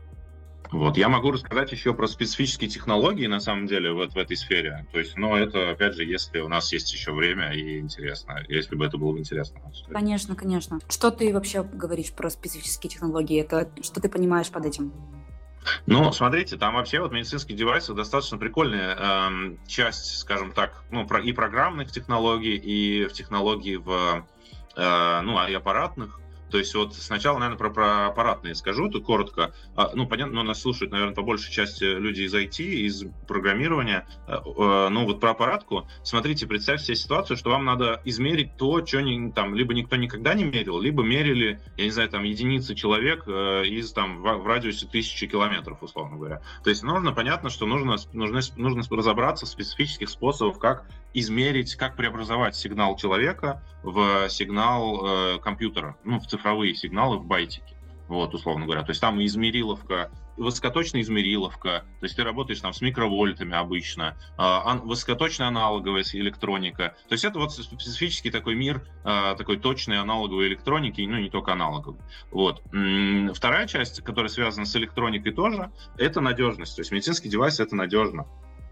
Вот. Я могу рассказать еще про специфические технологии, на самом деле, вот в этой сфере. То есть, но это, опять же, если у нас есть еще время и интересно, если бы это было интересно. Конечно, конечно. Что ты вообще говоришь про специфические технологии? Это что ты понимаешь под этим? Ну, смотрите, там вообще вот медицинские девайсы достаточно прикольная э, часть, скажем так, ну, про, и программных технологий, и в технологии в, э, ну, и аппаратных. То есть вот сначала, наверное, про, про аппаратные скажу, это коротко. А, ну, понятно, но нас слушают, наверное, по большей части люди из ай ти, из программирования. А, а, ну, вот про аппаратку. Смотрите, представьте себе ситуацию, что вам надо измерить то, что не, там, либо никто никогда не мерил, либо мерили, я не знаю, там, единицы человек э, из, там, в, в радиусе тысячи километров, условно говоря. То есть нужно, понятно, что нужно, нужно, нужно разобраться в специфических способах, как измерить, как преобразовать сигнал человека в сигнал э, компьютера, ну, в цифровые сигналы, в байтики, вот, условно говоря. То есть там и измериловка, высокоточная измериловка, то есть ты работаешь там с микровольтами обычно, э, высокоточная аналоговая электроника. То есть это вот специфический такой мир, э, такой точной аналоговой электроники, ну, не только аналоговой. Вот. Вторая часть, которая связана с электроникой тоже, это надежность. То есть медицинский девайс — это надежно.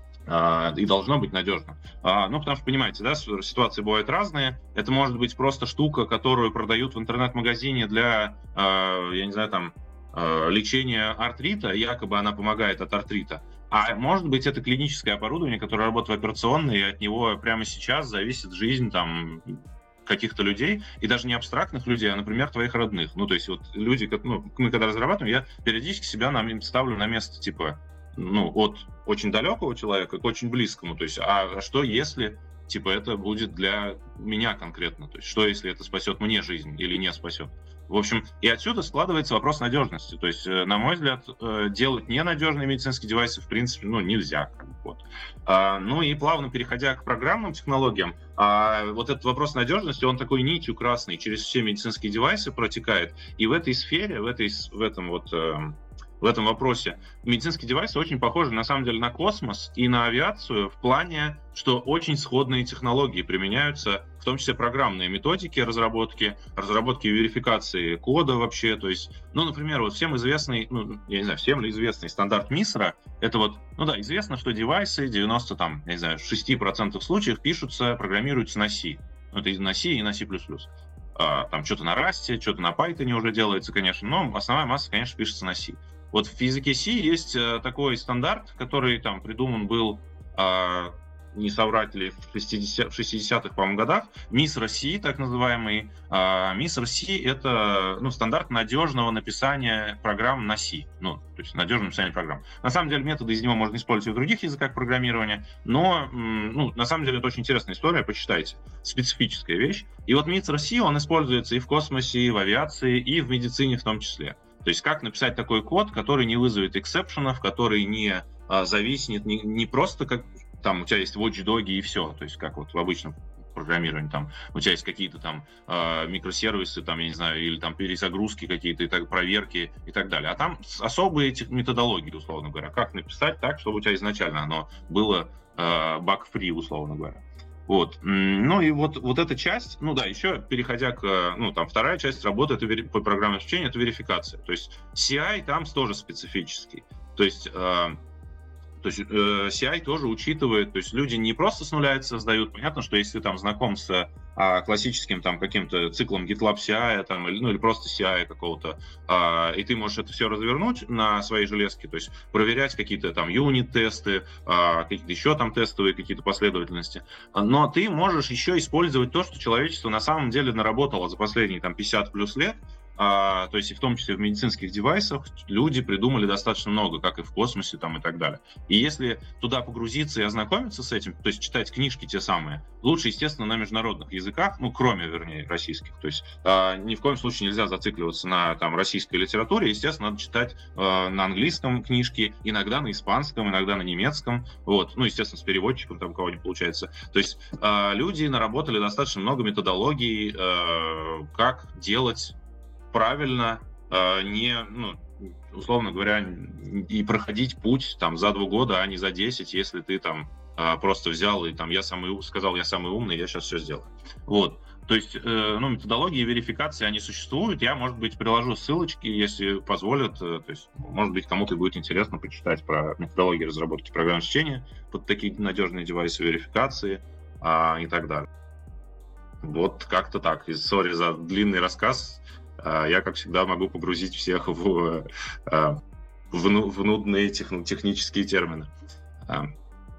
И должно быть надежно. Ну, потому что, понимаете, да, ситуации бывают разные. Это может быть просто штука, которую продают в интернет-магазине для, я не знаю, там, лечения артрита, якобы она помогает от артрита. А может быть, это клиническое оборудование, которое работает в операционной, и от него прямо сейчас зависит жизнь там каких-то людей, и даже не абстрактных людей, а, например, твоих родных. Ну, то есть вот люди, ну, мы когда разрабатываем, я периодически себя на, ставлю на место, типа, ну, от очень далекого человека к очень близкому. То есть, а что если, типа, это будет для меня конкретно? То есть, что если это спасет мне жизнь или не спасет? В общем, и отсюда складывается вопрос надежности. То есть, на мой взгляд, делать ненадежные медицинские девайсы, в принципе, ну, нельзя. Вот. А, ну и плавно переходя к программным технологиям, а, вот этот вопрос надежности, он такой нитью красной через все медицинские девайсы протекает. И в этой сфере, в, этой, в этом вот в этом вопросе. Медицинские девайсы очень похожи, на самом деле, на космос и на авиацию в плане, что очень сходные технологии применяются, в том числе программные методики разработки, разработки и верификации кода вообще. То есть, ну, например, вот всем известный, ну, я не знаю, всем ли известный стандарт мисра, это вот, ну да, известно, что девайсы девяносто, там, я не знаю, шесть процентов случаев пишутся, программируются на C. Ну, это на C и на C++. А, там что-то на Rust, что-то на Python уже делается, конечно, но основная масса, конечно, пишется на C. Вот в физике C есть а, такой стандарт, который там придуман был, а, не соврать ли, в шестидесятых, по-моему, годах, мисра-C, так называемый. А, мисра-C — это, ну, стандарт надежного написания программ на C. Ну, то есть надежное написание программ. На самом деле методы из него можно использовать и в других языках программирования, но, ну, на самом деле это очень интересная история, почитайте. Специфическая вещь. И вот мисра-C, он используется и в космосе, и в авиации, и в медицине в том числе. То есть как написать такой код, который не вызовет эксепшенов, который не а, зависнет, не, не просто как там у тебя есть watchdog и все, то есть как вот в обычном программировании, там у тебя есть какие-то там э, микросервисы, там, я не знаю, или там перезагрузки какие-то, и так, проверки и так далее. А там особые эти методологии, условно говоря, как написать так, чтобы у тебя изначально оно было э, баг-фри, условно говоря. Вот. Ну и вот, вот эта часть, ну да, еще переходя к, ну там вторая часть работы это вери... по программному обеспечению, это верификация. То есть си ай там тоже специфический. То есть э, То есть э, си ай тоже учитывает, то есть люди не просто с нуля это создают. Понятно, что если ты там знаком с а, классическим там каким-то циклом GitLab си ай, там, или, ну или просто си ай какого-то, а, и ты можешь это все развернуть на своей железке, то есть проверять какие-то там юнит-тесты, а, какие-то еще там тестовые какие-то последовательности. Но ты можешь еще использовать то, что человечество на самом деле наработало за последние там пятьдесят плюс лет. А, то есть и в том числе в медицинских девайсах люди придумали достаточно много, как и в космосе там и так далее. И если туда погрузиться и ознакомиться с этим, то есть читать книжки те самые, лучше, естественно, на международных языках, ну, кроме, вернее, российских. То есть а, ни в коем случае нельзя зацикливаться на там российской литературе, естественно, надо читать а, на английском книжки, иногда на испанском, иногда на немецком, вот, ну, естественно, с переводчиком там у кого-нибудь получается. То есть а, люди наработали достаточно много методологий, а, как делать правильно, э, не, ну, условно говоря, и проходить путь там за два года, а не за десять, если ты там э, просто взял и там я самый сказал, я самый умный, я сейчас все сделаю. Вот. То есть, э, ну, методологии верификации, они существуют. Я, может быть, приложу ссылочки, если позволят. Э, то есть, может быть, кому-то будет интересно почитать про методологии разработки программного обеспечения под такие надежные девайсы верификации э, и так далее. Вот как-то так. И сори за длинный рассказ. Я, как всегда, могу погрузить всех в, в, в нудные тех, технические термины. А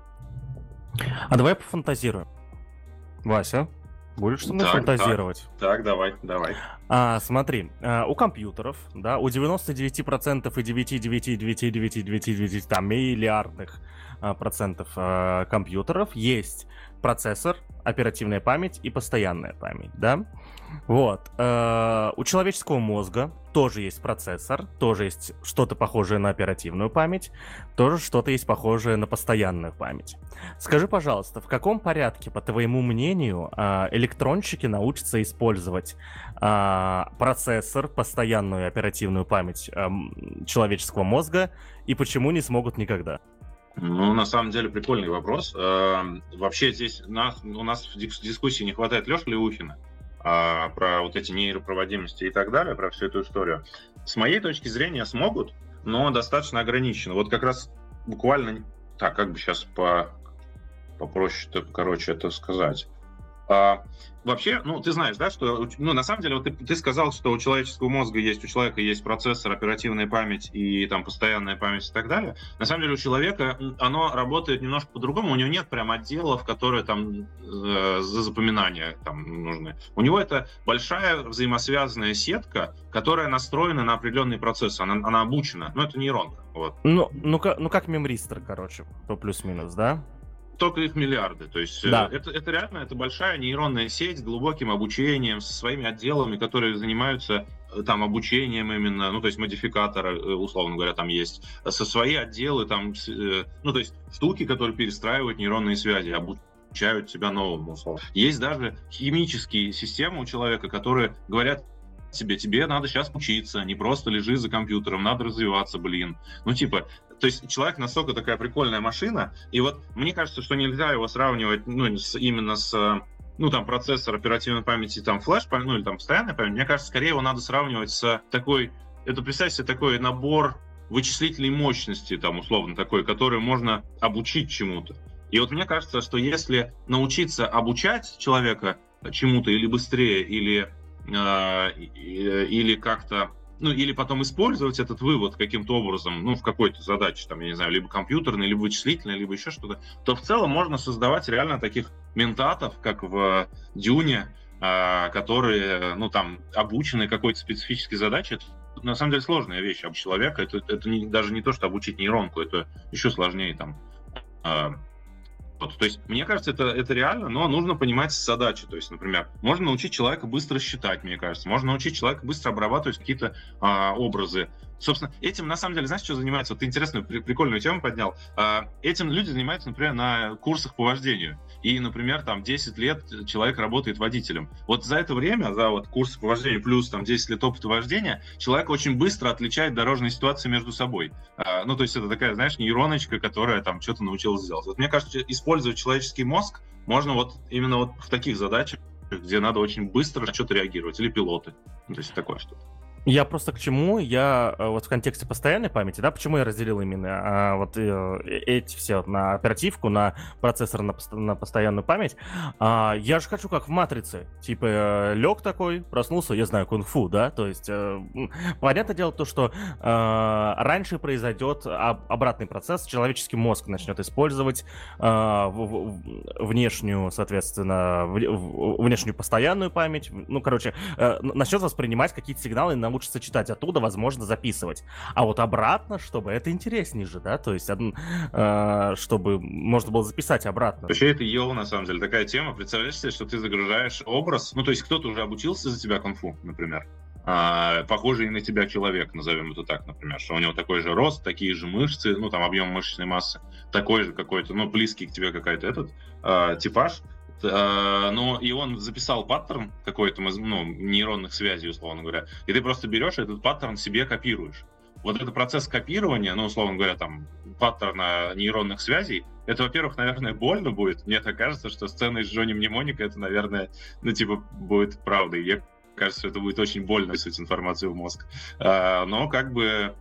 давай пофантазируем. Вася, будешь со мной так, фантазировать? Так, так, давай, давай. А, смотри, у компьютеров, да, у девяноста девяти процентов и девяти целых девяносто девять девять девять девять там миллиардных процентов компьютеров есть процессор, оперативная память и постоянная память, да? Вот. У человеческого мозга тоже есть процессор, тоже есть что-то похожее на оперативную память, тоже что-то есть похожее на постоянную память. Скажи, пожалуйста, в каком порядке, по твоему мнению, электронщики научатся использовать процессор, постоянную оперативную память человеческого мозга, и почему не смогут никогда? Ну, на самом деле, прикольный вопрос. Вообще здесь нас, у нас в дискуссии не хватает Лёши Леухина про вот эти нейропроводимости и так далее, про всю эту историю. С моей точки зрения смогут, но достаточно ограниченно. Вот как раз буквально... Так, как бы сейчас по, попроще, короче, это сказать. А, вообще, ну, ты знаешь, да, что, ну, на самом деле, вот ты, ты сказал, что у человеческого мозга есть, у человека есть процессор, оперативная память и там постоянная память и так далее. На самом деле, у человека оно работает немножко по-другому, у него нет прям отделов, которые там э, за запоминание там нужны. У него это большая взаимосвязанная сетка, которая настроена на определенный процесс, она, она обучена, но это нейронка. Вот. Ну, ну, как, ну, как мемристор, короче, по плюс-минус, да? Только их миллиарды. То есть да. это, это реально это большая нейронная сеть с глубоким обучением, со своими отделами, которые занимаются там обучением именно, ну, то есть модификаторы, условно говоря, там есть, со свои отделы, там, ну, то есть штуки, которые перестраивают нейронные связи, обучают себя новому, условно. Есть даже химические системы у человека, которые говорят себе, тебе надо сейчас учиться, не просто лежи за компьютером, надо развиваться, блин. Ну, типа, то есть человек настолько такая прикольная машина, и вот мне кажется, что нельзя его сравнивать, ну, с, именно с, ну, там, процессор оперативной памяти, там, флеш, ну, или там постоянная память. Мне кажется, скорее его надо сравнивать с такой, это, представьте себе, такой набор вычислительной мощности, там, условно, такой, который можно обучить чему-то. И вот мне кажется, что если научиться обучать человека чему-то или быстрее, или, э, или как-то, ну, или потом использовать этот вывод каким-то образом, ну, в какой-то задаче, там, я не знаю, либо компьютерной, либо вычислительной, либо еще что-то, то в целом можно создавать реально таких ментатов, как в Дюне, э, которые, ну, там, обучены какой-то специфической задачей. Это, на самом деле, сложная вещь об человека. Это, это не, даже не то, что обучить нейронку, это еще сложнее, там, э, Вот, то есть, мне кажется, это, это реально, но нужно понимать задачи. То есть, например, можно научить человека быстро считать, мне кажется, можно научить человека быстро обрабатывать какие-то а, образы. Собственно, этим, на самом деле, знаешь, что занимаются? Вот ты интересную, при, прикольную тему поднял. А, этим люди занимаются, например, на курсах по вождению. И, например, там десять лет человек работает водителем. Вот за это время, за вот курсы по вождению плюс там десять лет опыта вождения, человек очень быстро отличает дорожные ситуации между собой. А, ну, то есть это такая, знаешь, нейроночка, которая там что-то научилась делать. Вот мне кажется, использовать человеческий мозг можно вот именно вот в таких задачах, где надо очень быстро на что-то реагировать, или пилоты. Ну, то есть такое что-то. Я просто к чему, я вот в контексте постоянной памяти, да, почему я разделил именно а, вот э, эти все на оперативку, на процессор, на, пост- на постоянную память. А, я же хочу как в «Матрице», типа э, лег такой, проснулся, я знаю кунг-фу, да, то есть э, понятное дело то, что э, раньше произойдет об- обратный процесс, человеческий мозг начнет использовать э, в- в- внешнюю, соответственно, в- в- внешнюю постоянную память, ну, короче, э, начнет воспринимать какие-то сигналы, научится читать оттуда, возможно, записывать. А вот обратно, чтобы это интереснее же, да, то есть, э, чтобы можно было записать обратно. Вообще это йоу, на самом деле, такая тема. Представляешь себе, что ты загружаешь образ, ну, то есть кто-то уже обучился за тебя кунг-фу, например, а, похожий на тебя человек, назовем это так, например, что у него такой же рост, такие же мышцы, ну, там, объем мышечной массы, такой же какой-то, ну, близкий к тебе какой-то этот а, типаж. Но и он записал паттерн какой-то, ну, нейронных связей, условно говоря, и ты просто берешь этот паттерн себе копируешь. Вот этот процесс копирования, ну, условно говоря, там, паттерна нейронных связей, это, во-первых, наверное, больно будет. Мне так кажется, что сцена из Джонни Мнемоника, это, наверное, ну, типа, будет правдой. Мне кажется, что это будет очень больно высветить информацию в мозг. Но, как бы,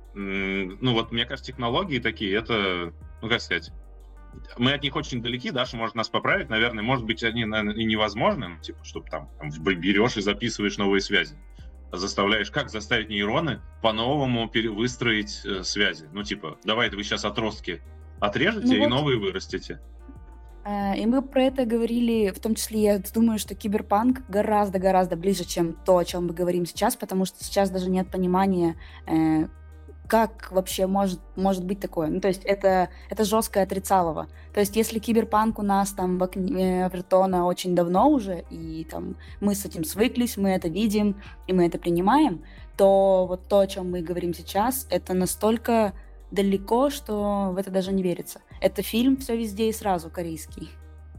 ну, вот, мне кажется, технологии такие, это, ну, как сказать, мы от них очень далеки, Даша может нас поправить, наверное, может быть, они, наверное, и невозможны, ну, типа, чтобы там, там берешь и записываешь новые связи. Заставляешь, как заставить нейроны по-новому перевыстроить э, связи? Ну, типа, давай вы сейчас отростки отрежете, ну, и вот новые вырастите. И мы про это говорили, в том числе, я думаю, что киберпанк гораздо-гораздо ближе, чем то, о чем мы говорим сейчас, потому что сейчас даже нет понимания, э, как вообще может, может быть такое. Ну, то есть это, это жесткое отрицалово. То есть если киберпанк у нас там в окне Овертона очень давно уже, и там мы с этим свыклись, мы это видим, и мы это принимаем, то вот то, о чем мы говорим сейчас, это настолько далеко, что в это даже не верится. Это фильм «Все везде и сразу» корейский.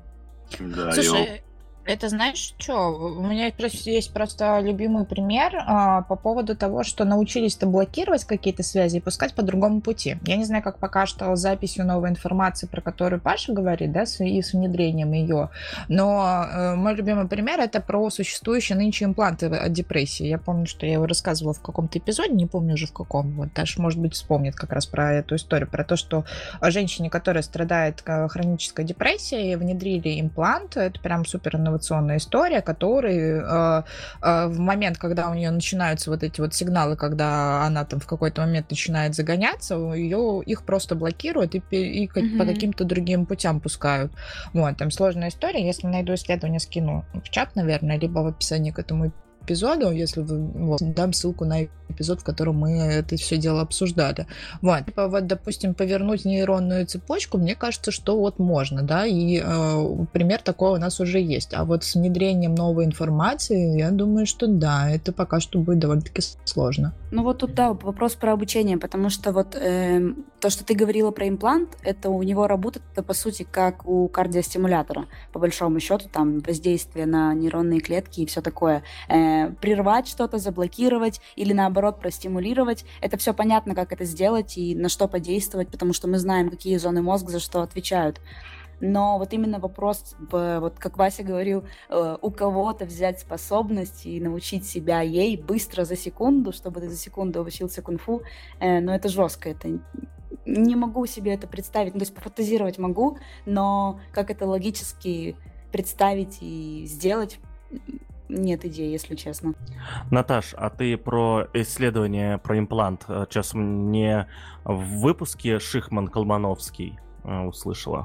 Да, Слушай, это знаешь что? У меня есть просто любимый пример а, по поводу того, что научились-то блокировать какие-то связи и пускать по другому пути. Я не знаю, как пока что с записью новой информации, про которую Паша говорит, да, с, и с внедрением ее, но э, мой любимый пример — это про существующие нынче импланты от депрессии. Я помню, что я его рассказывала в каком-то эпизоде, не помню уже в каком, вот Даша, может быть, вспомнит как раз про эту историю, про то, что женщине, которая страдает хронической депрессией, внедрили имплант. Это прям супер инновационная история, который э, э, в момент, когда у нее начинаются вот эти вот сигналы, когда она там в какой-то момент начинает загоняться, ее, их просто блокируют и, и mm-hmm. по каким-то другим путям пускают. Вот, там сложная история. Если найду исследование, скину в чат, наверное, либо в описании к этому эпизоду, если вы, вот, дам ссылку на эпизод, в котором мы это все дело обсуждали. Вот, типа, вот, допустим, повернуть нейронную цепочку, мне кажется, что вот можно, да, и э, пример такой у нас уже есть. А вот с внедрением новой информации, я думаю, что да, это пока что будет довольно-таки сложно. Ну вот тут, да, вопрос про обучение, потому что вот э, то, что ты говорила про имплант, это у него работает, это, по сути, как у кардиостимулятора, по большому счету, там, воздействие на нейронные клетки и все такое. Э, э, прервать что-то, заблокировать или наоборот простимулировать. Это все понятно, как это сделать и на что подействовать, потому что мы знаем, какие зоны мозга за что отвечают. Но вот именно вопрос, вот как Вася говорил, у кого-то взять способность и научить себя ей быстро за секунду, чтобы ты за секунду учился кунг-фу, но это жестко, это не могу себе это представить, ну, то есть пофантазировать могу, но как это логически представить и сделать, нет идеи, если честно. Наташ, а ты про исследование, про имплант сейчас не в выпуске Шихман-Колмановский услышала?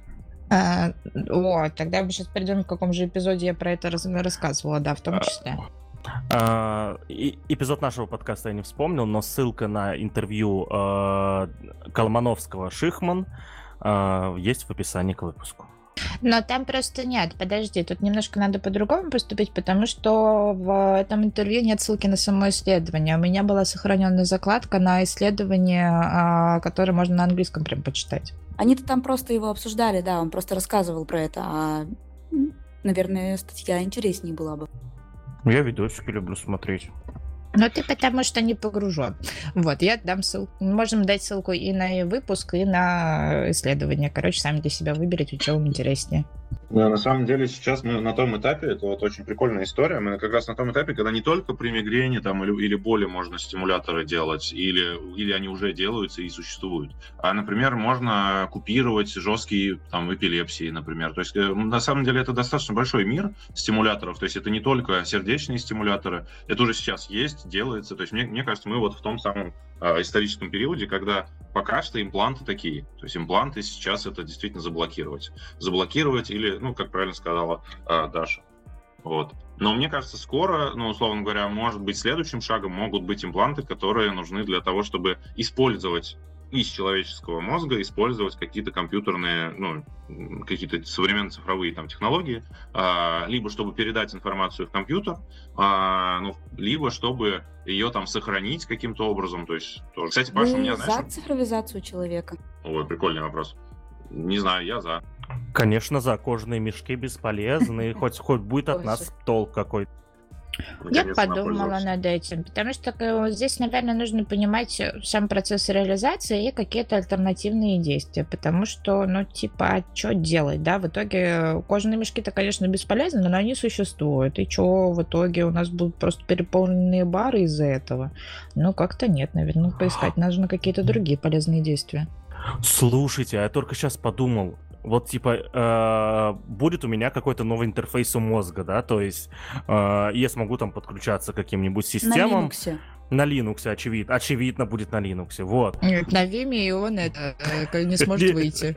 А, о, тогда мы сейчас придем, в каком же эпизоде я про это раз, рассказывала, да, в том числе. А, и, эпизод нашего подкаста я не вспомнил, но ссылка на интервью э, Колмановского Шихман э, есть в описании к выпуску. Но там просто нет, подожди, тут немножко надо по-другому поступить, потому что в этом интервью нет ссылки на само исследование. У меня была сохраненная закладка на исследование, которое можно на английском прям почитать. Они-то там просто его обсуждали, да, он просто рассказывал про это, а, наверное, статья интереснее была бы. Я видосики люблю смотреть. Но ты потому что не погружен. Вот, я дам ссылку. Можем дать ссылку и на выпуск, и на исследование. Короче, сами для себя выберите, что вам интереснее. Да, на самом деле сейчас мы на том этапе, это вот очень прикольная история, мы как раз на том этапе, когда не только при мигрени там, или, или боли можно стимуляторы делать, или, или они уже делаются и существуют, а, например, можно купировать жесткие там, эпилепсии, например. То есть на самом деле это достаточно большой мир стимуляторов, то есть это не только сердечные стимуляторы, это уже сейчас есть, делается. То есть мне, мне кажется, мы вот в том самом э, историческом периоде, когда пока что импланты такие. То есть импланты сейчас это действительно заблокировать. Заблокировать или, ну, как правильно сказала э, Даша. Вот. Но мне кажется, скоро, ну, условно говоря, может быть, следующим шагом могут быть импланты, которые нужны для того, чтобы использовать из человеческого мозга, использовать какие-то компьютерные, ну, какие-то современные цифровые там технологии, а, либо чтобы передать информацию в компьютер, а, ну, либо чтобы ее там сохранить каким-то образом. То есть, тоже. Кстати, Паша, Вы у меня, знаешь... за цифровизацию человека? Ой, прикольный вопрос. Не знаю, я за. Конечно, за. Кожаные мешки бесполезны, хоть хоть будет от нас толк какой-то. Я подумала над этим, потому что здесь, наверное, нужно понимать сам процесс реализации и какие-то альтернативные действия, потому что, ну, типа, а что делать, да, в итоге кожаные мешки-то, конечно, бесполезны, но они существуют, и что в итоге у нас будут просто переполненные бары из-за этого? Ну, как-то нет, наверное, поискать нужно какие-то другие полезные действия. Слушайте, я только сейчас подумал, вот типа э, будет у меня какой-то новый интерфейс у мозга, да, то есть э, я смогу там подключаться к каким-нибудь системам. На Linux. На Linux, очевидно, очевидно будет на Linux, вот. Нет, на Vim и он это не сможет выйти.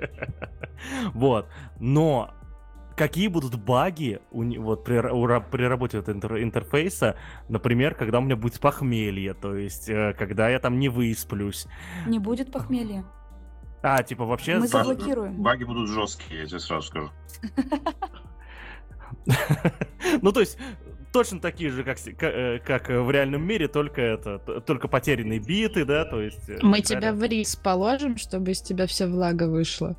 Вот, но какие будут баги у, вот, при, у, при работе вот интер, интерфейса, например, когда у меня будет похмелье, то есть э, когда я там не высплюсь. Не будет похмелья. А, типа вообще... Мы заблокируем. Баги будут жесткие, я тебе сразу скажу. Ну, то есть, точно такие же, как, как в реальном мире, только это, только потерянные биты, да, то есть... Мы тебя в рис положим, чтобы из тебя вся влага вышла.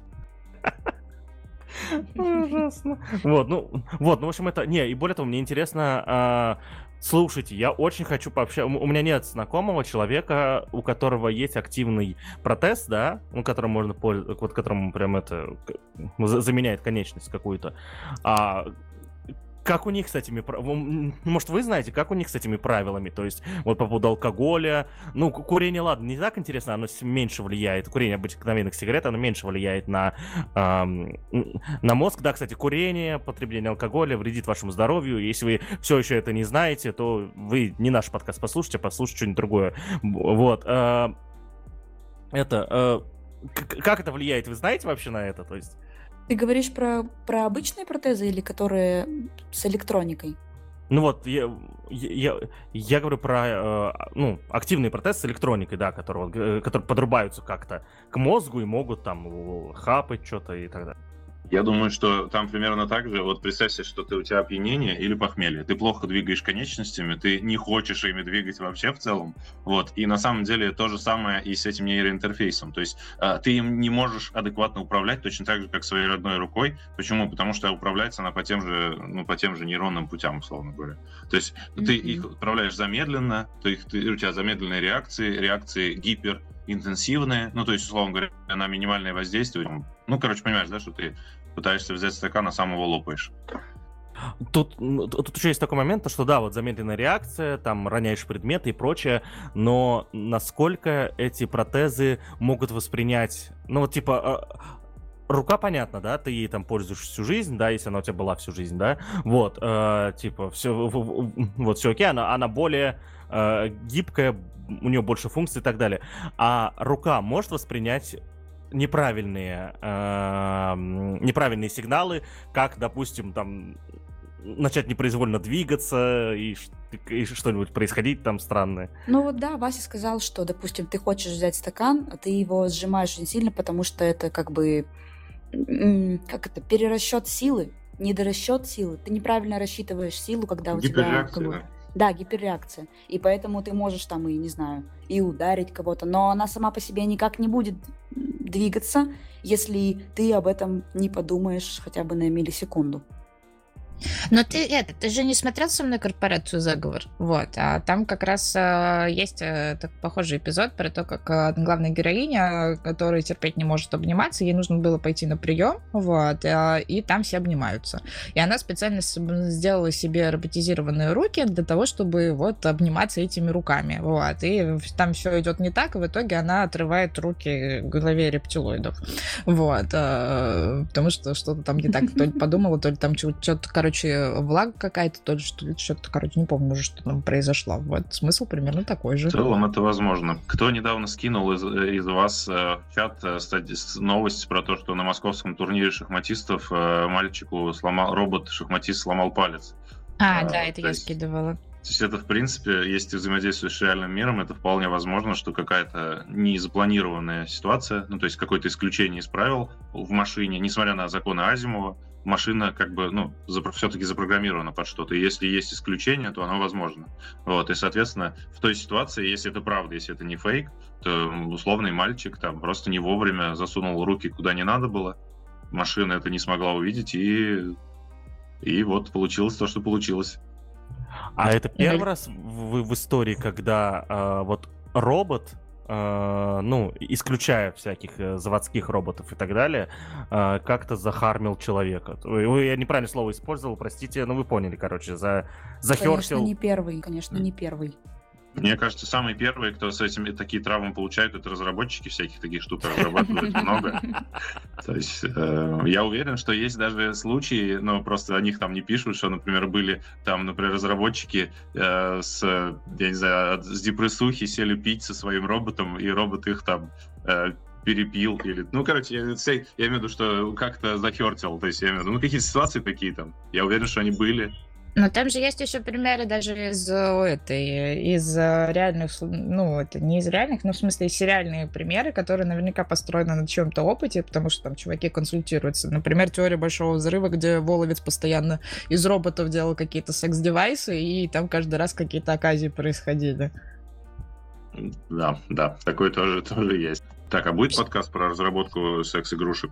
Ужасно. Вот, ну, вот, ну, в общем, это... Не, и более того, мне интересно... Слушайте, я очень хочу пообщаться. У меня нет знакомого человека, у которого есть активный протез, да, ну, которым можно пользоваться, вот которому прям это заменяет конечность какую-то. А как у них с этими... Может, вы знаете, как у них с этими правилами? То есть, вот по поводу алкоголя... Ну, курение, ладно, не так интересно, оно меньше влияет. Курение обыкновенных сигарет, оно меньше влияет на, эм, на мозг. Да, кстати, курение, потребление алкоголя вредит вашему здоровью. Если вы все еще это не знаете, то вы не наш подкаст послушайте, послушайте что-нибудь другое. Вот. Э, это... Э, как это влияет? Вы знаете вообще на это? То есть... Ты говоришь про, про обычные протезы или которые с электроникой? Ну вот, я, я, я говорю про э, ну, активный протез с электроникой, да, которые, которые подрубаются как-то к мозгу и могут там хапать что-то и так далее. Я думаю, что там примерно так же. Вот представь себе, что ты, у тебя опьянение или похмелье. Ты плохо двигаешь конечностями, ты не хочешь ими двигать вообще в целом. Вот. И на самом деле то же самое и с этим нейроинтерфейсом. То есть э, ты им не можешь адекватно управлять точно так же, как своей родной рукой. Почему? Потому что управляется она по тем же, ну, по тем же нейронным путям, условно говоря. То есть mm-hmm. ты их управляешь замедленно, то есть ты, у тебя замедленные реакции, реакции гиперинтенсивные, ну, то есть, условно говоря, на минимальное воздействие. Ну, короче, понимаешь, да, что ты пытаешься взять стакан, а сам его лопаешь. Тут, тут еще есть такой момент, что да, вот замедленная реакция, там роняешь предметы и прочее, но насколько эти протезы могут воспринять, ну вот типа, рука, понятно, да, ты ей там пользуешься всю жизнь, да, если она у тебя была всю жизнь, да, вот, э, типа, все, вот все окей, она, она более э, гибкая, у нее больше функций и так далее, а рука может воспринять неправильные, э, неправильные сигналы, как, допустим, там, начать непроизвольно двигаться и, и что-нибудь происходить там странное. Ну вот да, Вася сказал, что, допустим, ты хочешь взять стакан, а ты его сжимаешь очень сильно, потому что это как бы, как это, перерасчет силы, недорасчет силы. Ты неправильно рассчитываешь силу, когда у тебя... Как бы, да, гиперреакция. И поэтому ты можешь там и, не знаю, и ударить кого-то, но она сама по себе никак не будет двигаться, если ты об этом не подумаешь хотя бы на миллисекунду. Но ты это, ты же не смотрел со мной «Корпорацию Заговор», вот, а там как раз э, есть э, так, похожий эпизод про то, как э, главная героиня, которая терпеть не может обниматься, ей нужно было пойти на прием, вот, э, и там все обнимаются. И она специально сделала себе роботизированные руки для того, чтобы вот обниматься этими руками, вот, и там все идет не так, и в итоге она отрывает руки голове рептилоидов, вот, э, потому что что-то там не так, то ли подумала, то ли там что-то, короче, Короче, влага какая-то, то ли что-то, короче, не помню уже, что там произошло. Вот, смысл примерно такой же. В целом это возможно. Кто недавно скинул из, из вас э, в чат э, новость про то, что на московском турнире шахматистов э, мальчику сломал, робот-шахматист сломал палец? А, а, да, это я есть, скидывала. То есть это, в принципе, если ты взаимодействуешь с реальным миром, это вполне возможно, что какая-то незапланированная ситуация, ну, то есть какое-то исключение из правил в машине, несмотря на законы Азимова, машина как бы, ну, запро- все-таки запрограммирована под что-то. И если есть исключение, то оно возможно. Вот, и, соответственно, в той ситуации, если это правда, если это не фейк, то условный мальчик там просто не вовремя засунул руки куда не надо было, машина это не смогла увидеть, и, и вот получилось то, что получилось. А это первый раз в, в истории, когда э, вот робот, э, ну, исключая всяких э, заводских роботов и так далее, э, как-то захармил человека. Ой, я неправильное слово использовал, простите, но вы поняли, короче, за, захерсил. Конечно, не первый, конечно, не первый. Мне кажется, самые первые, кто с этим такие травмы получают, это разработчики всяких таких штук разрабатывают много. То есть э, я уверен, что есть даже случаи, но просто о них там не пишут, что, например, были там, например, разработчики э, с, я не знаю, с депрессухи сели пить со своим роботом, и робот их там э, перепил или... Ну, короче, я, я имею в виду, что как-то захертил. То есть я имею в виду, ну, какие-то ситуации такие там. Я уверен, что они были. Но там же есть еще примеры даже из этой, из реальных, ну, это не из реальных, но в смысле сериальные примеры, которые наверняка построены на чьем-то опыте, потому что там чуваки консультируются. Например, «Теория большого взрыва», где Воловец постоянно из роботов делал какие-то секс-девайсы, и там каждый раз какие-то оказии происходили. Да, да, такой тоже, тоже есть. Так, а будет подкаст про разработку секс-игрушек?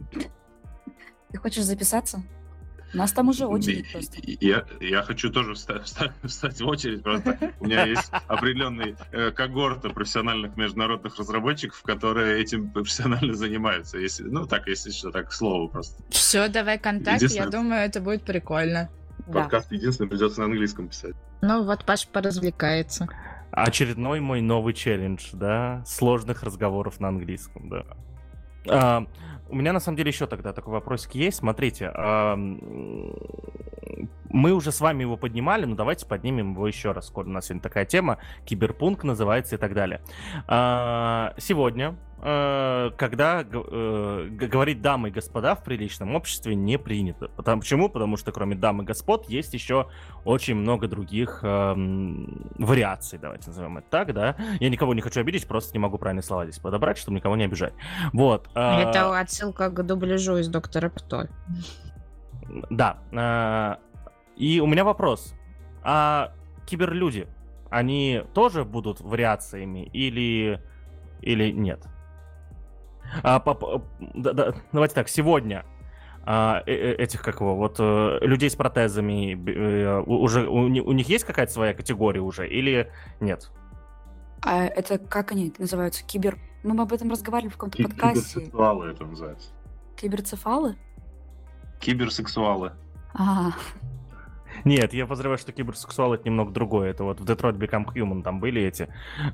Ты хочешь записаться? У нас там уже очередь просто. Я, я хочу тоже встать, встать, встать в очередь, просто у меня есть определенный э, когорта профессиональных международных разработчиков, которые этим профессионально занимаются. Если, ну, так, если что, так, к слову просто. Все, давай контакт, я думаю, это будет прикольно. Подкаст да. Единственное, придется на английском писать. Ну, вот Паша поразвлекается. Очередной мой новый челлендж, да, сложных разговоров на английском, да. А, у меня на самом деле еще тогда такой вопросик есть. Смотрите, а, мы уже с вами его поднимали, но давайте поднимем его еще раз, коль у нас сегодня такая тема, киберпунк называется и так далее. А, сегодня, а, когда а, говорить дамы и господа в приличном обществе не принято. Потому, почему? Потому что кроме дам и господ есть еще очень много других а, вариаций, давайте назовем это так, да. Я никого не хочу обидеть, просто не могу правильные слова здесь подобрать, чтобы никого не обижать. Вот. Это от, отсылка к дубляжу из «Доктора Кто». Да. э, И у меня вопрос. А киберлюди, они тоже будут вариациями или, или нет? А, по- по- да- да, давайте так, сегодня а, э- э- этих, как его, вот э, людей с протезами, б- э, у- уже у, ни- у них есть какая-то своя категория уже или нет? А это как они называются? Кибер... Мы об этом разговаривали в каком-то Ки- подкасте. Киберсексуалы это называется. Киберцефалы? Киберсексуалы. А, Нет, я подозреваю, что киберсексуал это немного другое. Это вот в Detroit Become Human там были эти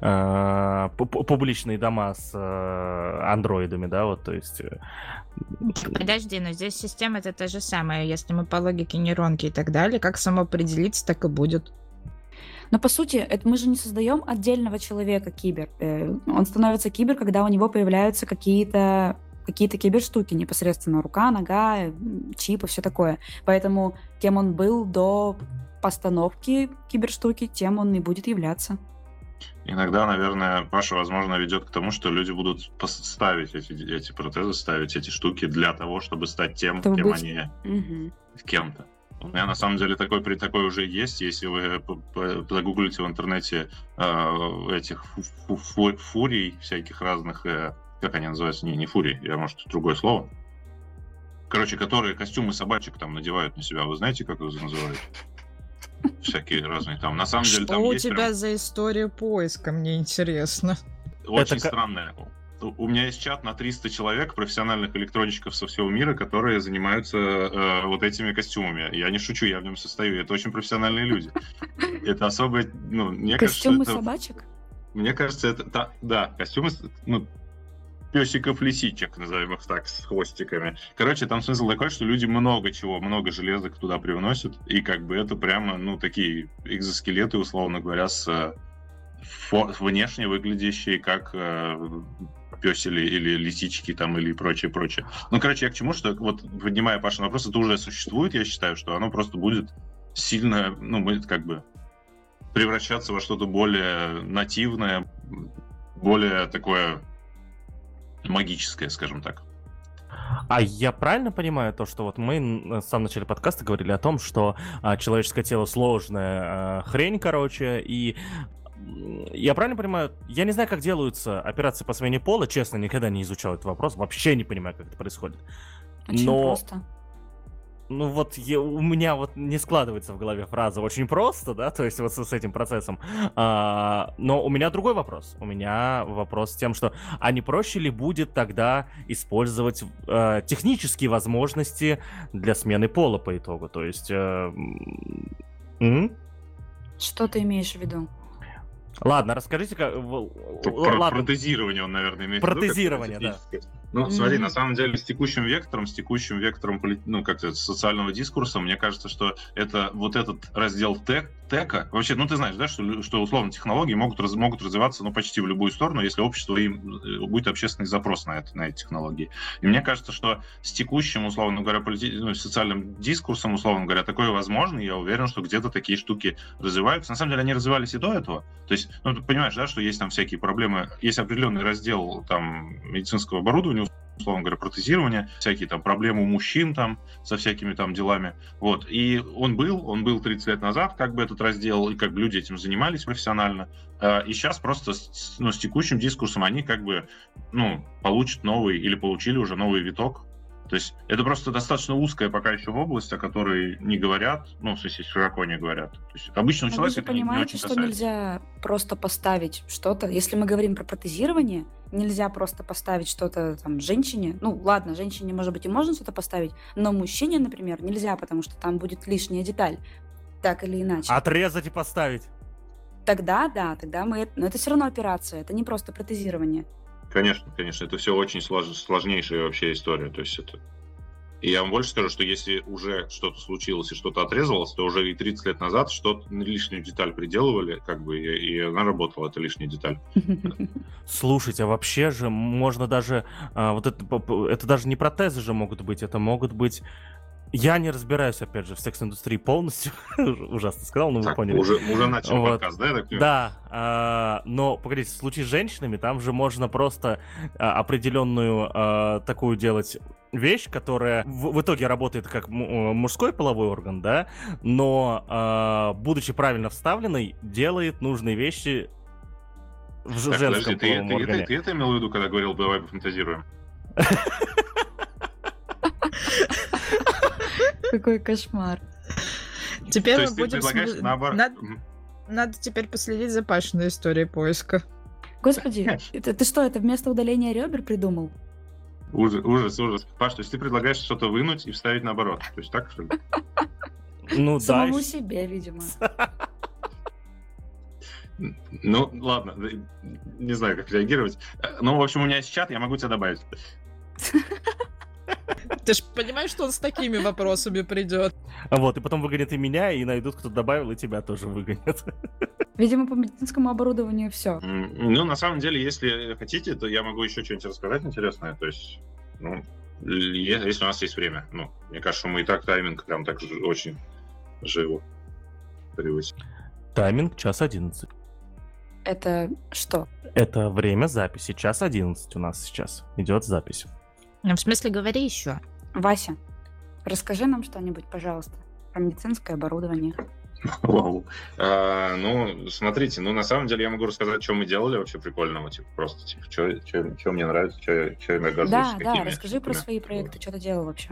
э, пу- пу- публичные дома с э, андроидами, да, вот, то есть... э, Подожди, но здесь система это та же самая. Если мы по логике нейронки и так далее, как само определиться, так и будет. но по сути, это мы же не создаем отдельного человека кибер. Э, Он становится кибер, когда у него появляются какие-то какие-то киберштуки, непосредственно рука, нога, м, чип и все такое. Поэтому кем он был до постановки киберштуки, тем он и будет являться. Иногда, наверное, Паша, возможно, ведет к тому, что люди будут пос- ставить эти, эти протезы, ставить эти штуки для того, чтобы стать тем, Чтобы кем быть- они Мгм. кем-то. У меня на самом деле такой, при такой уже есть, если вы п- п- загуглите в интернете э, этих фу- фу- фу- фурий всяких разных, э, как они называются, не, не фурий, я, может, другое слово. Короче, которые костюмы собачек там надевают на себя, вы знаете, как их называют? Всякие разные там. На самом деле Что там у есть тебя прям за история поиска, мне интересно. очень Это ка- странная. У у меня есть чат на триста человек, профессиональных электронщиков со всего мира, которые занимаются э, вот этими костюмами. Я не шучу, я в нем состою. Это очень профессиональные люди. Это особо, ну, мне кажется, Костюмы это- собачек? Мне кажется, это та- да, костюмы, с- ну, песиков-лисичек, назовем их так, с хвостиками. Короче, там смысл такой, что люди много чего, много железок туда привносят, и как бы это прямо, ну, такие экзоскелеты, условно говоря, с э, фо- внешне выглядящие как э, песели или лисички там, или прочее, прочее. Ну, короче, я к чему, что вот, поднимая Паша вопрос, это уже существует, я считаю, что оно просто будет сильно, ну, будет как бы превращаться во что-то более нативное, более такое магическое, скажем так. А я правильно понимаю то, что вот мы н- в самом начале подкаста говорили о том, что а, человеческое тело сложная а, хрень, короче, и м, я правильно понимаю, я не знаю, как делаются операции по смене пола, честно, никогда не изучал этот вопрос, вообще не понимаю, как это происходит. Очень Но, просто. ну вот я- у меня вот не складывается в голове фраза «очень просто», да, то есть вот с, с этим процессом. А, но у меня другой вопрос. У меня вопрос с тем, что а не проще ли будет тогда использовать э, технические возможности для смены пола по итогу? То есть... э, м, м? Что ты имеешь в виду? Ладно, расскажите, как... в- Про- Ладно, Протезирование он, наверное, имеет в виду. Протезирование, как-то да. техническое. Ну, смотри, Мгм. на самом деле, с текущим вектором, с текущим вектором, поли- ну, как-то социального дискурса, мне кажется, что это вот этот раздел тек, тека, вообще, ну, ты знаешь, да, что, лю- что условно технологии могут, раз- могут развиваться, ну, почти в любую сторону, если общество им э, будет общественный запрос на это, на эти технологии. И мне кажется, что с текущим, условно говоря, полити- ну, социальным дискурсом, условно говоря, такое возможно, и я уверен, что где-то такие штуки развиваются. На самом деле, они развивались и до этого. То есть, ну, ты понимаешь, да, что есть там всякие проблемы, есть определенный раздел там медицинского оборудования, условно говоря, протезирования, всякие там проблемы у мужчин там со всякими там делами. Вот. И он был, он был тридцать лет назад, как бы этот раздел, и как бы люди этим занимались профессионально. А, И сейчас просто с, ну, с текущим дискурсом они как бы, ну, получат новый, или получили уже новый виток. То есть это просто достаточно узкая пока еще область, о которой не говорят, ну, в смысле, широко не говорят. То есть обычному Но вы человеку же это не, не понимаете, очень что касается. нельзя просто поставить что-то. Если мы говорим про протезирование, нельзя просто поставить что-то там женщине. Ну, ладно, женщине, может быть, и можно что-то поставить, но мужчине, например, нельзя, потому что там будет лишняя деталь. Так или иначе. Отрезать и поставить. Тогда, да, тогда мы... Но это все равно операция, это не просто протезирование. Конечно, конечно, это все очень слож- сложнейшая вообще история. То есть это... И я вам больше скажу, что если уже что-то случилось и что-то отрезалось, то уже и тридцать лет назад что-то лишнюю деталь приделывали, как бы, и, и она работала, эта лишняя деталь. Слушайте, а вообще же можно даже... а, вот это, п- п- это даже не протезы же могут быть, это могут быть Я не разбираюсь, опять же, в секс-индустрии полностью. Ужасно сказал, но вы Так, поняли. уже, уже начал Вот. подкаст, да, я так понимаю? Да, а, но, погодите, в случае с женщинами, там же можно просто а, определенную а, такую делать вещь, которая в, в итоге работает как м- мужской половой орган, да, но, а, будучи правильно вставленной, делает нужные вещи в ж- Так, женском подожди, ты, половом ты, ты, органе. ты это имел в виду, когда говорил, давай пофантазируем? Какой кошмар. Теперь То мы есть ты будем... предлагаешь см- наоборот... Над- Мгм. Надо теперь последить за Пашиной историей поиска. Господи, это, ты что, это вместо удаления ребер придумал? Ужас, ужас, ужас. Паш, то есть ты предлагаешь что-то вынуть и вставить наоборот? То есть так, что ли? Ну да. Самому и- себе, видимо. Ну, ладно, не знаю, как реагировать. Ну, в общем, у меня есть чат, я могу тебя добавить. Ты ж понимаешь, что он с такими вопросами придет? Вот, и потом выгонят и меня, и найдут, кто добавил, и тебя тоже выгонят. Видимо, по медицинскому оборудованию все. М, Ну, на самом деле, если хотите, то я могу еще что-нибудь рассказать интересное. То есть, ну, л- е- если у нас есть время. Ну, мне кажется, что мы и так тайминг прям так ж- очень живо превысим. Тайминг час одиннадцать. Это что? Это время записи. Час одиннадцать у нас сейчас идет запись. Ну, в смысле, говори еще. Вася, расскажи нам что-нибудь, пожалуйста, про медицинское оборудование. Вау. А, ну, смотрите, ну, на самом деле я могу рассказать, что мы делали вообще прикольного, типа, просто, типа, что мне нравится, что я горжусь, Да, да, какими расскажи про штуками. свои проекты, что ты делал вообще.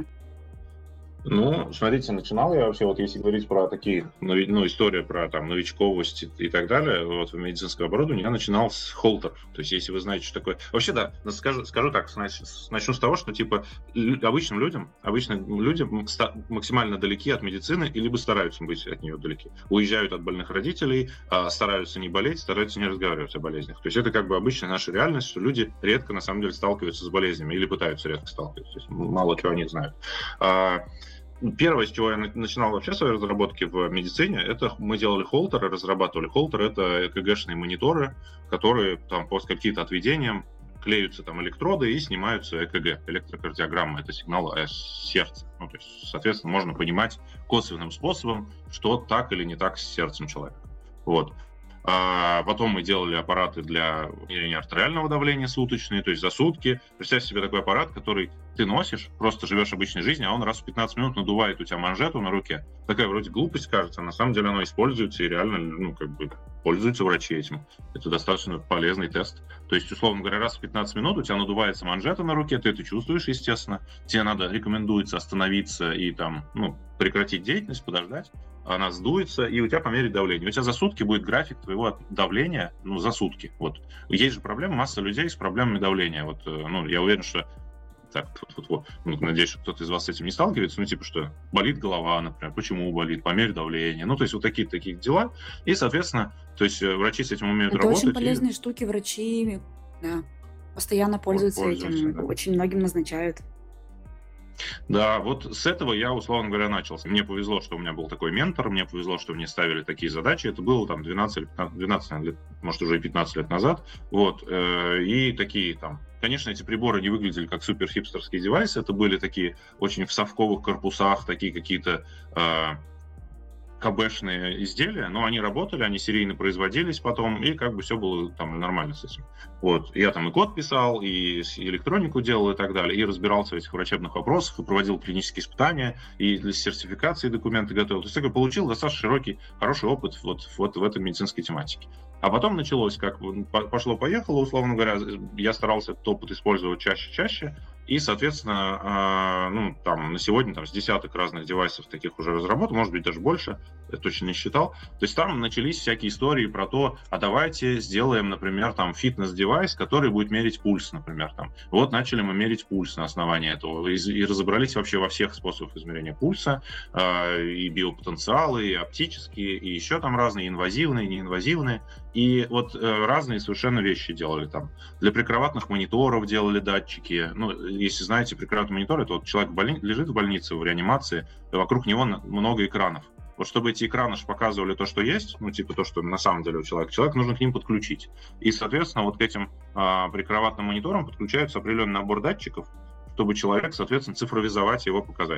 Ну, смотрите, начинал я вообще, вот если говорить про такие, ну, ну, история про там новичковость и, и так далее, вот в медицинском оборудовании, я начинал с холтеров. То есть, если вы знаете, что такое... Вообще, да, скажу, скажу так, нач- начну с того, что, типа, лю- обычным людям, обычным людям ста- максимально далеки от медицины и либо стараются быть от нее далеки. Уезжают от больных родителей, а, стараются не болеть, стараются не разговаривать о болезнях. То есть, это как бы обычная наша реальность, что люди редко, на самом деле, сталкиваются с болезнями или пытаются редко сталкиваться. То есть, мало чего о них знают. А, Первое, с чего я на- начинал вообще свои разработки в медицине, это мы делали холтеры, разрабатывали холтеры, это ЭКГ-шные мониторы, которые там по каким-то отведениям клеются там электроды и снимаются ЭКГ, электрокардиограмма, это сигнал э, сердца. Ну, то есть, соответственно, можно понимать косвенным способом, что так или не так с сердцем человека. Вот. А потом мы делали аппараты для измерения артериального давления суточные, то есть за сутки. Представь себе такой аппарат, который ты носишь, просто живешь обычной жизнью, а он раз в пятнадцать минут надувает у тебя манжету на руке. Такая вроде глупость кажется, а на самом деле оно используется и реально, ну, как бы, пользуются врачи этим. Это достаточно полезный тест. То есть, условно говоря, раз в пятнадцать минут у тебя надувается манжета на руке, ты это чувствуешь, естественно. Тебе надо, рекомендуется остановиться и там, ну, прекратить деятельность, подождать. Она сдуется, и у тебя померить давление. У тебя за сутки будет график твоего давления, ну, за сутки. Вот. Есть же проблема, масса людей с проблемами давления. Вот, э, ну, я уверен, что... Так, вот, вот, ну, надеюсь, что кто-то из вас с этим не сталкивается. Ну, типа, что болит голова, например, почему болит, померь давление. Ну, то есть, вот такие такие дела. И, соответственно, то есть, э, врачи с этим умеют Это работать. очень и- полезные штуки, врачи да, постоянно пользуются, пользуются, этим, да. очень многим назначают. Да, вот с этого я, условно говоря, начался. Мне повезло, что у меня был такой ментор, мне повезло, что мне ставили такие задачи. Это было там двенадцать, или пятнадцать, двенадцать лет, может, уже и пятнадцать лет назад. Вот, э, и такие там... Конечно, эти приборы не выглядели как супер хипстерские девайсы, это были такие очень в совковых корпусах, такие какие-то... Э, КБшные изделия, но они работали, они серийно производились потом, и как бы все было там нормально с этим. Вот. Я там и код писал, и электронику делал, и так далее, и разбирался в этих врачебных вопросах, и проводил клинические испытания, и для сертификации документы готовил. То есть я получил достаточно широкий, хороший опыт вот, вот в этой медицинской тематике. А потом началось, как пошло-поехало, условно говоря, я старался этот опыт использовать чаще-чаще, и, соответственно, ну, там, на сегодня там, с десяток разных девайсов таких уже разработал, может быть, даже больше, я точно не считал. То есть там начались всякие истории про то, а давайте сделаем, например, там, фитнес-девайс, который будет мерить пульс, например. Там. Вот начали мы мерить пульс на основании этого, и, и разобрались вообще во всех способах измерения пульса, э, и биопотенциалы, и оптические, и еще там разные, инвазивные, неинвазивные. И вот э, разные совершенно вещи делали там. Для прикроватных мониторов делали датчики. Ну, если знаете, прикроватный монитор, это вот человек в больни... лежит в больнице в реанимации, и вокруг него много экранов. Вот чтобы эти экраны показывали то, что есть, ну, типа то, что на самом деле у человека, человек нужно к ним подключить. И, соответственно, вот к этим а, прикроватным мониторам подключается определенный набор датчиков, чтобы человек, соответственно, цифровизовать его показатели.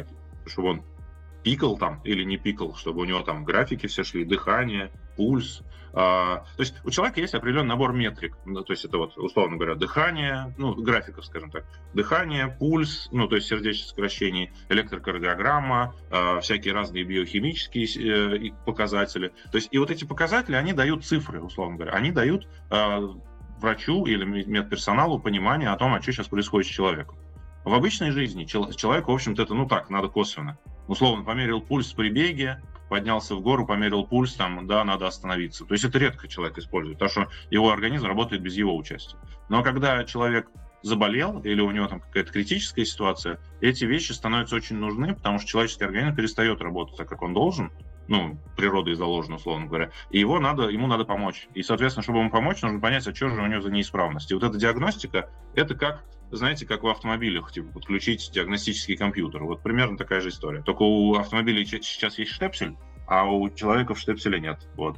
чтобы он пикал там или не пикал, чтобы у него там графики все шли, дыхание, пульс. А, то есть у человека есть определенный набор метрик. Ну, то есть это вот, условно говоря, дыхание, ну, графиков, скажем так. Дыхание, пульс, ну, то есть сердечное сокращение, электрокардиограмма, а, всякие разные биохимические э, показатели. То есть и вот эти показатели, они дают цифры, условно говоря. Они дают а, врачу или медперсоналу понимание о том, а что сейчас происходит с человеком. В обычной жизни человеку, в общем-то, это, ну так, надо косвенно. Условно, померил пульс при беге, поднялся в гору, померил пульс, там, да, надо остановиться. То есть это редко человек использует, потому что его организм работает без его участия. Но когда человек заболел или у него там какая-то критическая ситуация, эти вещи становятся очень нужны, потому что человеческий организм перестает работать так, как он должен, ну, природой заложено, условно говоря, и его надо, ему надо помочь. И, соответственно, чтобы ему помочь, нужно понять, а что же у него за неисправность. И вот эта диагностика, это как, знаете, как в автомобилях, типа, подключить диагностический компьютер. Вот примерно такая же история. Только у автомобилей сейчас есть штепсель, а у человека в штепселе нет. Вот.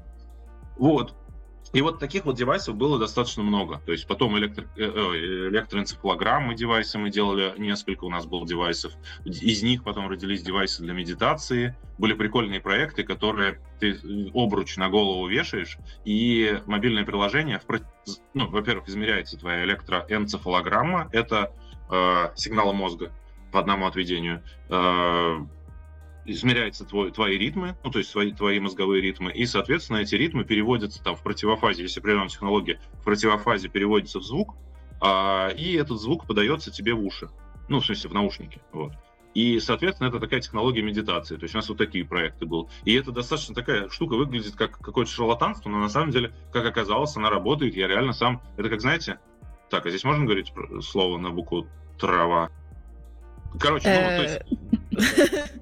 Вот. И вот таких вот девайсов было достаточно много. То есть потом электро, электроэнцефалограммы девайсы мы делали, несколько у нас было девайсов. Из них потом родились девайсы для медитации. Были прикольные проекты, которые ты обруч на голову вешаешь, и мобильное приложение, ну, во-первых, измеряется твоя электроэнцефалограмма, это э, сигналы мозга по одному отведению, э, измеряются твой, твои ритмы, ну, то есть твои, твои мозговые ритмы, и, соответственно, эти ритмы переводятся там в противофазе, если определенная технология, в противофазе переводится в звук, а, и этот звук подается тебе в уши, ну, в смысле, в наушники, вот. И, соответственно, это такая технология медитации, то есть у нас вот такие проекты были. И это достаточно такая штука, выглядит как какое-то шарлатанство, но на самом деле, как оказалось, она работает, я реально сам, это как, знаете, так, а здесь можно говорить слово на букву трава? Короче, ну, то есть...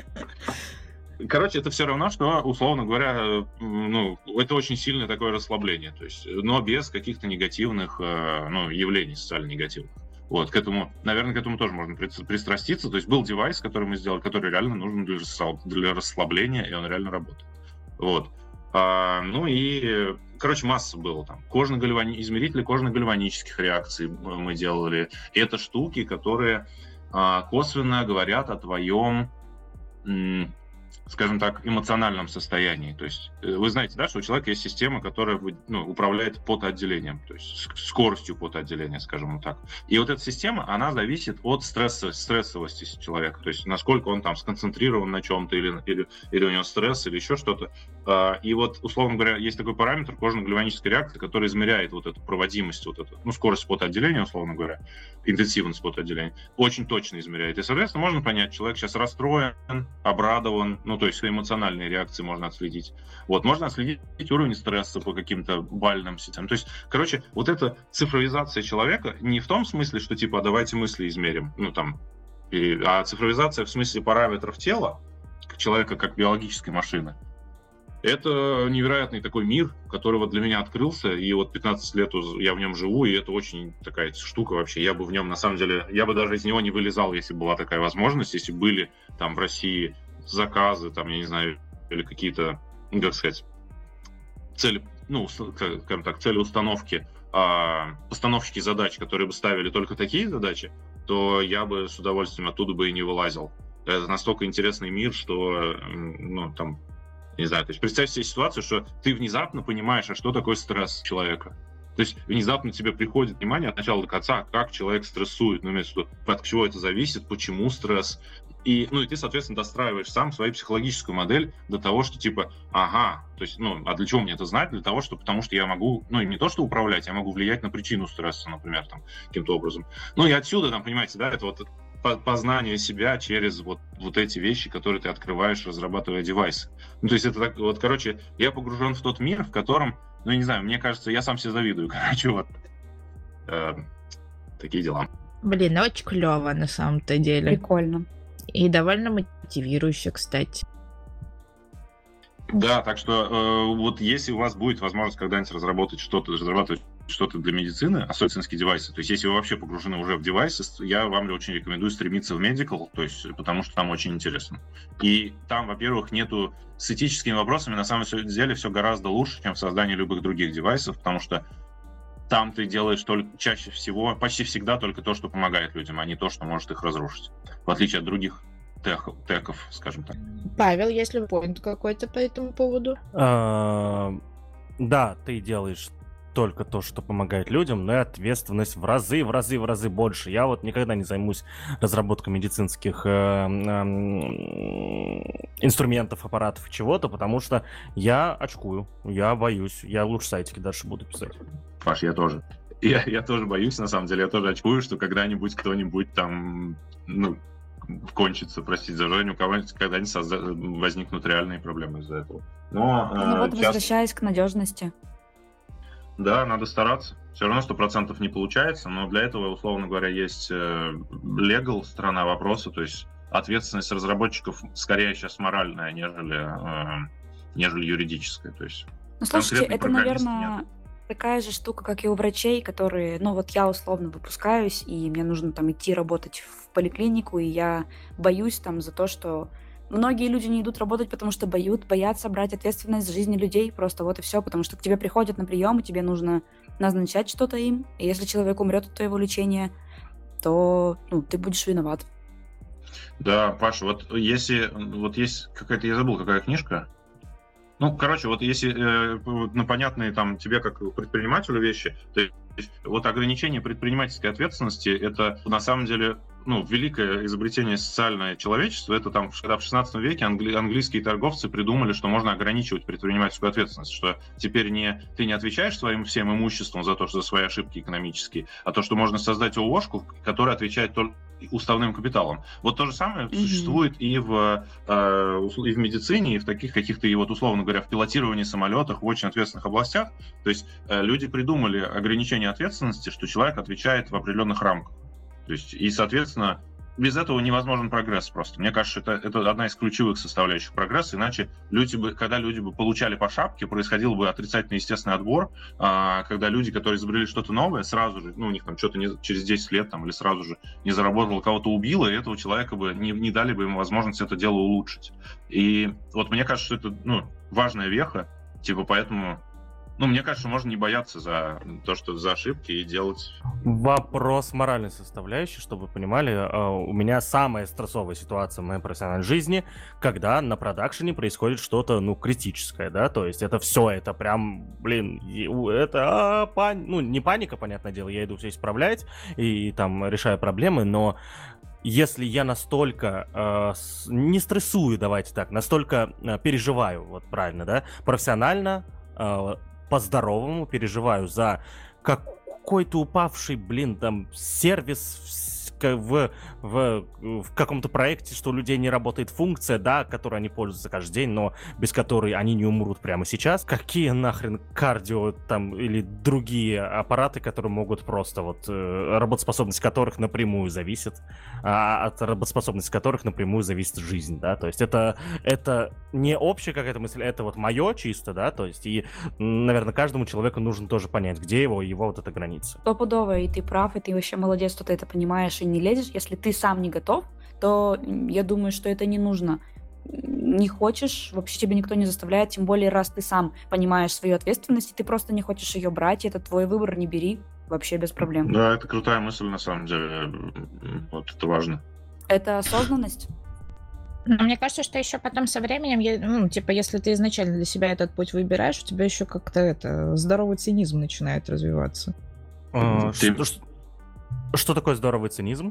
Короче, это все равно, что, условно говоря, ну, это очень сильное такое расслабление, то есть, но без каких-то негативных, ну, явлений, социально негативных. Вот, к этому, наверное, к этому тоже можно пристраститься. То есть был девайс, который мы сделали, который реально нужен для, для расслабления, и он реально работает. Вот. А, ну и, короче, масса было там. Кожно-гальвани... Измерители кожно-гальванических реакций мы делали. И это штуки, которые а, косвенно говорят о твоем, м- скажем так, эмоциональном состоянии. То есть вы знаете, да, что у человека есть система, которая, ну, управляет потоотделением, то есть скоростью потоотделения, скажем так. И вот эта система, она зависит от стресса, стрессовости человека, то есть насколько он там сконцентрирован на чем-то, или, или, или у него стресс, или еще что-то. И вот, условно говоря, есть такой параметр кожно-гальванической реакции, который измеряет вот эту проводимость, вот эту, ну, скорость потоотделения, условно говоря, интенсивность потоотделения, очень точно измеряет. И, соответственно, можно понять, человек сейчас расстроен, обрадован, ну, то есть свои эмоциональные реакции можно отследить. Вот, можно отследить уровень стресса по каким-то бальным сетям. То есть, короче, вот эта цифровизация человека не в том смысле, что, типа, давайте мысли измерим, ну, там, а цифровизация в смысле параметров тела человека как биологической машины. Это невероятный такой мир, который вот для меня открылся, и вот пятнадцать лет я в нем живу, и это очень такая штука вообще. Я бы в нем, на самом деле, я бы даже из него не вылезал, если была такая возможность, если были там в России заказы, там, я не знаю, или какие-то, ну, как сказать, цели, ну, скажем так, цели установки, а, постановщики задач, которые бы ставили только такие задачи, то я бы с удовольствием оттуда бы и не вылазил. Это настолько интересный мир, что, ну, там, не знаю, то есть представь себе ситуацию, что ты внезапно понимаешь, а что такое стресс человека. То есть внезапно тебе приходит внимание от начала до конца, как человек стрессует, ну, имеется в виду, от чего это зависит, почему стресс. И, ну, и ты, соответственно, достраиваешь сам свою психологическую модель до того, что типа, ага, то есть, ну, а для чего мне это знать? Для того, что, потому что я могу, ну, не то, что управлять, я могу влиять на причину стресса, например, там, каким-то образом. Ну, и отсюда, там, понимаете, да, это вот познание себя через вот, вот эти вещи, которые ты открываешь, разрабатывая девайсы. Ну, то есть это так, вот, короче, я погружен в тот мир, в котором, ну, я не знаю, мне кажется, я сам себе завидую, короче, вот. Э, такие дела. Блин, очень клево на самом-то деле. Прикольно. И довольно мотивирующе, кстати. Да, так что э, вот если у вас будет возможность когда-нибудь разработать что-то, разрабатывать что-то для медицины, особенно медицинские девайсы, то есть если вы вообще погружены уже в девайсы, я вам очень рекомендую стремиться в Medical, то есть потому что там очень интересно. И там, во-первых, нету с этическими вопросами, на самом деле все гораздо лучше, чем в создании любых других девайсов, потому что там ты делаешь только, чаще всего, почти всегда только то, что помогает людям, а не то, что может их разрушить. В отличие от других тех, техов, скажем так. Павел, если поинт какой-то по этому поводу? А, Да, ты делаешь только то, что помогает людям, но и ответственность в разы, в разы, в разы больше. Я вот никогда не займусь разработкой медицинских э, э, инструментов, аппаратов и чего-то, потому что я очкую, я боюсь, я лучше сайтики дальше буду писать. Паш, я тоже. Я, я тоже боюсь, на самом деле, я тоже очкую, что когда-нибудь кто-нибудь там, ну, кончится, простите за выражение, у кого-нибудь когда-нибудь созда... возникнут реальные проблемы из-за этого. Но, э, Ну вот, сейчас... возвращаясь к надежности. Да, надо стараться. Все равно сто процентов не получается, но для этого, условно говоря, есть легал, сторона вопроса, то есть ответственность разработчиков скорее сейчас моральная, нежели, э, нежели юридическая. То есть Ну, слушайте, конкретный это, программист наверное, нет. такая же штука, как и у врачей, которые, ну вот я условно выпускаюсь, и мне нужно там идти работать в поликлинику, и я боюсь там за то, что многие люди не идут работать, потому что боют, боятся брать ответственность за жизни людей, просто вот и все, потому что к тебе приходят на прием, и тебе нужно назначать что-то им, и если человек умрет от твоего лечения, то ну, ты будешь виноват. Да, Паша, вот если вот есть какая-то, я забыл, какая книжка. Ну, короче, вот если э, на понятные там тебе как предпринимателю вещи, то есть вот ограничение предпринимательской ответственности, это на самом деле ну, великое изобретение социальное человечества. Это там, когда в шестнадцатом веке англи- английские торговцы придумали, что можно ограничивать предпринимательскую ответственность, что теперь не, ты не отвечаешь своим всем имуществом за то, что за свои ошибки экономические, а то, что можно создать ООшку, которая отвечает только уставным капиталом. Вот то же самое mm-hmm. существует и в, э, и в медицине, и в таких каких-то, и вот условно говоря, в пилотировании самолетах, в очень ответственных областях. То есть э, люди придумали ограничение ответственности, что человек отвечает в определенных рамках. То есть, и, соответственно, без этого невозможен прогресс просто. Мне кажется, это, это одна из ключевых составляющих прогресса, иначе люди бы, когда люди бы получали по шапке, происходил бы отрицательный естественный отбор, а, когда люди, которые изобрели что-то новое, сразу же, ну, у них там что-то не, через десять лет там, или сразу же не заработало, кого-то убило, и этого человека бы не, не дали бы ему возможность это дело улучшить. И вот мне кажется, что это ну, важная веха, типа поэтому... Ну, мне кажется, можно не бояться за то, что за ошибки и делать... Вопрос моральной составляющей, чтобы вы понимали, у меня самая стрессовая ситуация в моей профессиональной жизни, когда на продакшене происходит что-то, ну, критическое, да, то есть это все, это прям, блин, это, а, пани... ну, не паника, понятное дело, я иду все исправлять и, и там решаю проблемы, но если я настолько э, с... не стрессую, давайте так, настолько э, переживаю, вот правильно, да, профессионально, э, по-здоровому переживаю за какой-то упавший, блин, там, сервис в, в, в каком-то проекте, что у людей не работает функция, да, которой они пользуются каждый день, но без которой они не умрут прямо сейчас. Какие нахрен кардио там или другие аппараты, которые могут просто вот, э, работоспособность которых напрямую зависит, а от работоспособности которых напрямую зависит жизнь, да, то есть это, это не общая какая-то мысль, это вот мое чисто, да, то есть и, наверное, каждому человеку нужно тоже понять, где его, его вот эта граница. Стопудово, и ты прав, и ты вообще молодец, что ты это понимаешь и не лезешь. Если ты сам не готов, то я думаю, что это не нужно. Не хочешь, вообще тебя никто не заставляет, тем более, раз ты сам понимаешь свою ответственность, и ты просто не хочешь ее брать, и это твой выбор, не бери, вообще без проблем. Да, это крутая мысль, на самом деле, вот это важно. Это осознанность. Но мне кажется, что еще потом со временем, ну, типа, если ты изначально для себя этот путь выбираешь, у тебя еще как-то это здоровый цинизм начинает развиваться. А, Ты... что, что такое здоровый цинизм?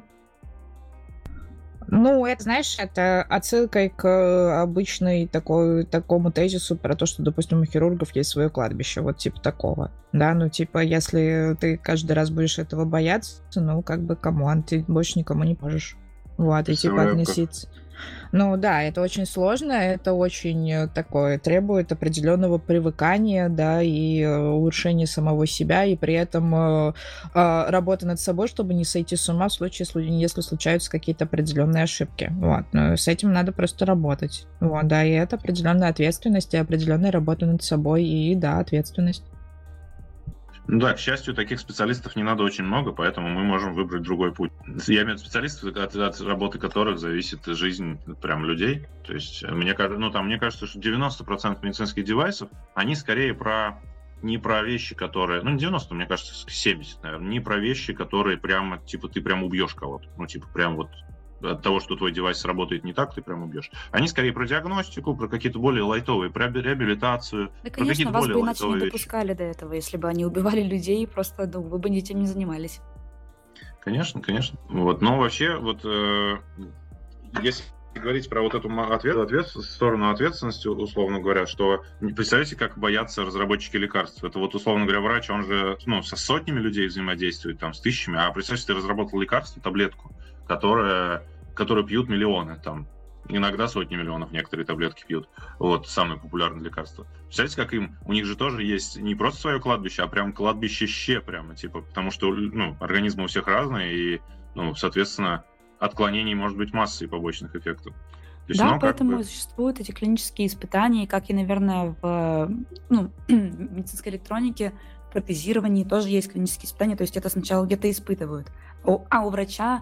Ну, это, знаешь, это отсылкой к обычной такой, такому тезису про то, что, допустим, у хирургов есть свое кладбище, вот типа такого. Да, ну, типа, если ты каждый раз будешь этого бояться, ну, как бы, камон, ты больше никому не можешь. Вот, и типа относиться... Ну да, это очень сложно, это очень такое, требует определенного привыкания, да, и улучшения самого себя, и при этом э, э, работа над собой, чтобы не сойти с ума в случае, если случаются какие-то определенные ошибки. Вот, но с этим надо просто работать. Вот, да, и это определенная ответственность, и определенная работа над собой, и да, ответственность. Ну да, к счастью, таких специалистов не надо очень много, поэтому мы можем выбрать другой путь. Я имею в виду специалистов, от, от работы которых зависит жизнь прям людей. То есть, мне, ну, там, мне кажется, что девяносто процентов медицинских девайсов, они скорее про не про вещи, которые... Ну, не девяносто, мне кажется, семьдесят, наверное. Не про вещи, которые прямо, типа, ты прям убьешь кого-то. Ну, типа, прям вот от того, что твой девайс работает не так, ты прям убьешь. Они скорее про диагностику, про какие-то более лайтовые, про реабилитацию, Да, про конечно, какие-то вас более бы иначе не лайтовые вещи. допускали до этого, если бы они убивали людей, просто ну, вы бы ничем не занимались. Конечно, конечно. Вот. Но вообще, вот э, если говорить про вот эту ответ, ответ, сторону ответственности, условно говоря, что представляете, как боятся разработчики лекарств. Это вот, условно говоря, врач, он же ну, со сотнями людей взаимодействует, там, с тысячами, а представьте, ты разработал лекарство, таблетку, которая, которую пьют миллионы, там, иногда сотни миллионов некоторые таблетки пьют. Вот, самые популярные лекарства. Представляете, как им, у них же тоже есть не просто свое кладбище, а прям кладбище-ще прямо, типа, потому что, ну, организмы у всех разные, и, ну, соответственно, отклонений может быть масса и побочных эффектов. То есть, Да, ну, как поэтому бы- и существуют эти клинические испытания, как и, наверное, в ну, медицинской электронике, в протезировании тоже есть клинические испытания, то есть это сначала где-то испытывают. О- А у врача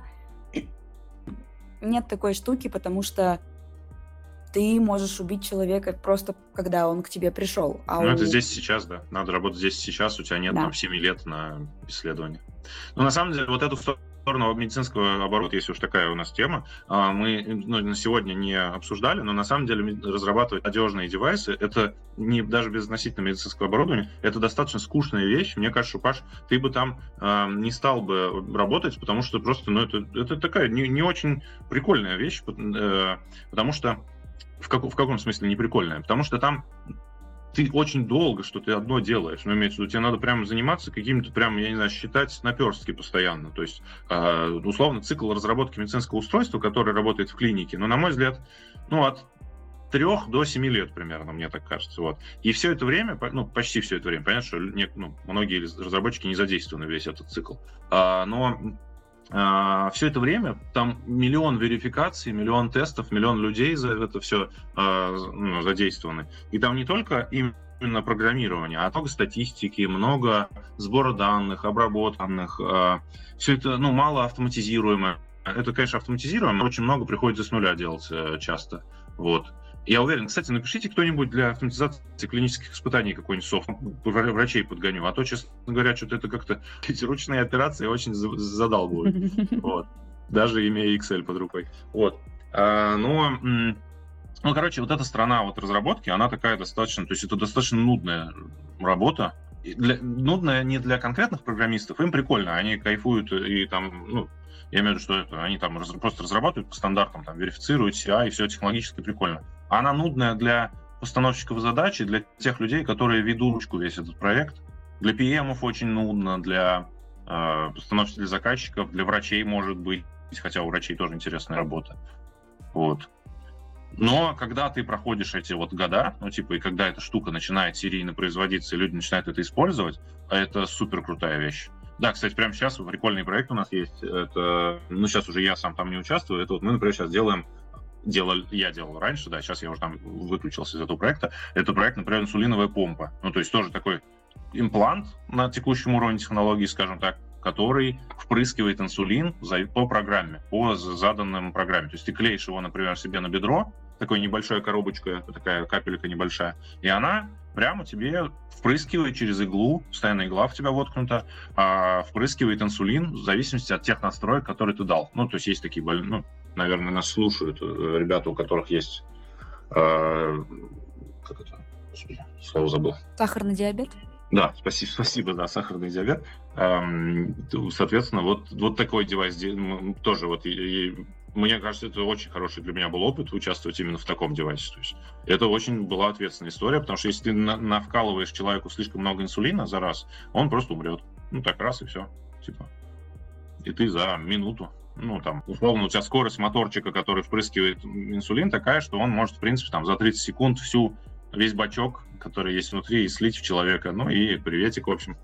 нет такой штуки, потому что ты можешь убить человека просто когда он к тебе пришел. А Ну, это у- здесь и сейчас, да. Надо работать здесь и сейчас, у тебя нет Да. там семи лет на исследование. Но на самом деле вот эту сторону медицинского оборота, если уж такая у нас тема, а, мы ну, на сегодня не обсуждали, но на самом деле ми- разрабатывать одежные девайсы, это не даже без относительно медицинского оборудования, это достаточно скучная вещь. Мне кажется, Паш, ты бы там а, не стал бы работать, потому что просто, ну, это, это такая не, не очень прикольная вещь, пот- э, потому что в, как- в каком смысле не прикольная? Потому что там ты очень долго что-то одно делаешь. Ну, имеется в виду, тебе надо прям заниматься каким-то прям, я не знаю, считать наперстки постоянно. То есть, э, условно, цикл разработки медицинского устройства, который работает в клинике, ну, на мой взгляд, ну, от трех до семи лет примерно, мне так кажется. Вот. И все это время, по- ну, почти все это время, понятно, что не- ну, многие разработчики не задействованы весь этот цикл. А, но все это время там миллион верификаций, миллион тестов, миллион людей за это все ну, задействованы. И там не только именно программирование, а много статистики, много сбора данных, обработанных. Все это, ну, мало автоматизируемо. Это, конечно, автоматизируемо, но очень много приходится с нуля делать э, часто. Вот. Я уверен, кстати, напишите кто-нибудь для автоматизации клинических испытаний какой-нибудь софт, вра- врачей подгоню, а то, честно говоря, что-то это как-то эти ручные операции очень за- задалбывают. Вот. Даже имея Excel под рукой. Вот. А, но, м, ну, короче, вот эта сторона вот разработки, она такая достаточно, то есть это достаточно нудная работа. И для- нудная не для конкретных программистов, им прикольно, они кайфуют и там, ну, я имею в виду, что это, они там раз- просто разрабатывают по стандартам, там, верифицируют си ай, и все технологически прикольно. А она нудная для постановщиков задачи, для тех людей, которые ведут ручку весь этот проект. Для пи эмов очень нудно, для э, постановщиков, для заказчиков, для врачей, может быть, хотя у врачей тоже интересная работа. Вот. Но когда ты проходишь эти вот года, ну, типа, и когда эта штука начинает серийно производиться, и люди начинают это использовать, это супер крутая вещь. Да, кстати, прямо сейчас прикольный проект у нас есть. Это, ну, сейчас уже я сам там не участвую. Это вот мы, например, сейчас делаем, делал, я делал раньше, да, сейчас я уже там выключился из этого проекта. Это проект, например, инсулиновая помпа. Ну, то есть тоже такой имплант на текущем уровне технологий, скажем так, который впрыскивает инсулин за- по программе, по з- заданным программе. То есть ты клеишь его, например, себе на бедро, такой небольшая коробочка, такая капелька небольшая, и она прямо тебе впрыскивает через иглу, постоянно игла в тебя воткнута, а, впрыскивает инсулин в зависимости от тех настроек, которые ты дал. Ну, то есть есть такие, боль- ну, наверное, нас слушают э, ребята, у которых есть, э, как это, господи, слово забыл. Сахарный диабет? Да, спасибо, спасибо, да, сахарный диабет. Эм, т- соответственно, вот, вот такой девайс де- м, тоже вот, и- и мне кажется, это очень хороший для меня был опыт участвовать именно в таком девайсе. То есть это очень была ответственная история, потому что если ты на- навкалываешь человеку слишком много инсулина за раз, он просто умрет. Ну так раз и все, типа. И ты за минуту, ну там, условно, у тебя скорость моторчика, который впрыскивает инсулин, такая, что он может, в принципе, там за тридцать секунд всю весь бачок, который есть внутри, и слить в человека. Ну и приветик, в общем,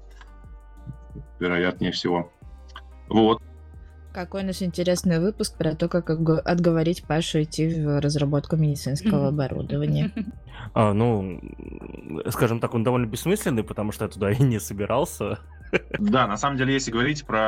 вероятнее всего. Вот. Какой у нас интересный выпуск про то, как отго- отговорить Пашу идти в разработку медицинского оборудования. А, ну, скажем так, он довольно бессмысленный, потому что я туда и не собирался. Да, на самом деле, если говорить про вот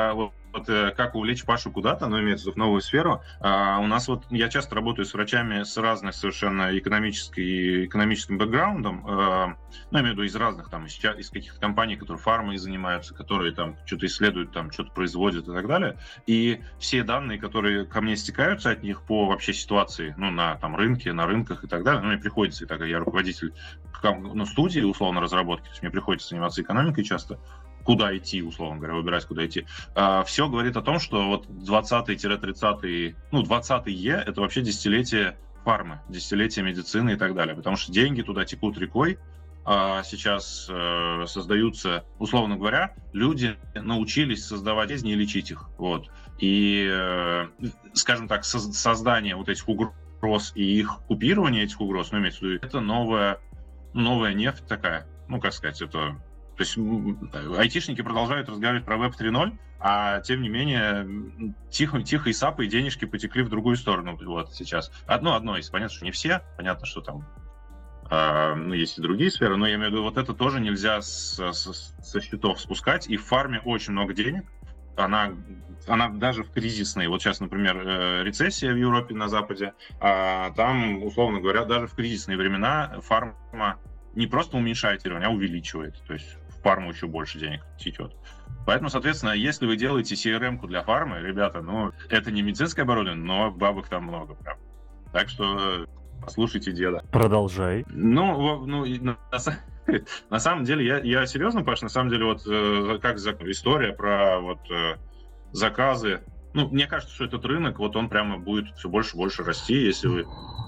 вот как увлечь Пашу куда-то, ну, имеется в виду в новую сферу. А у нас вот, я часто работаю с врачами с разных совершенно экономической, экономическим бэкграундом, а, ну, имею в виду из разных, там, из, из каких-то компаний, которые фармой занимаются, которые там что-то исследуют, там, что-то производят и так далее. И все данные, которые ко мне стекаются от них по вообще ситуации, ну, на там рынке, на рынках и так далее, ну, мне приходится, и так как я руководитель, ну, студии, условно, разработки, то есть мне приходится заниматься экономикой часто, куда идти, условно говоря, выбирать, куда идти. А, все говорит о том, что вот двадцатый-тридцатый, ну, двадцатый-е — это вообще десятилетие фармы, десятилетие медицины и так далее, потому что деньги туда текут рекой, а сейчас э, создаются, условно говоря, люди научились создавать болезни и лечить их, вот. И, э, скажем так, со- создание вот этих угроз и их купирование этих угроз, ну, имеется в виду, это новая, новая нефть такая, ну, как сказать, это... То есть айтишники продолжают разговаривать про веб три ноль, а тем не менее тихо, тихо и сапы, и денежки потекли в другую сторону вот сейчас. Одно одно из. Понятно, что не все. Понятно, что там э, ну, есть и другие сферы, но я имею в виду, вот это тоже нельзя с, с, со счетов спускать. И в фарме очень много денег. Она, она даже в кризисные, вот сейчас, например, рецессия в Европе, на Западе, а там, условно говоря, даже в кризисные времена фарма не просто уменьшает регион, а увеличивает. То есть в фарму еще больше денег течет. Поэтому, соответственно, если вы делаете си эр эм-ку для фармы, ребята, ну, это не медицинское оборудование, но бабок там много, прям. Так что послушайте деда. Продолжай. Ну, ну на, на самом деле, я, я серьезно, Паш, на самом деле, вот как история про вот заказы. Ну, мне кажется, что этот рынок, вот он прямо будет все больше и больше расти, если вы...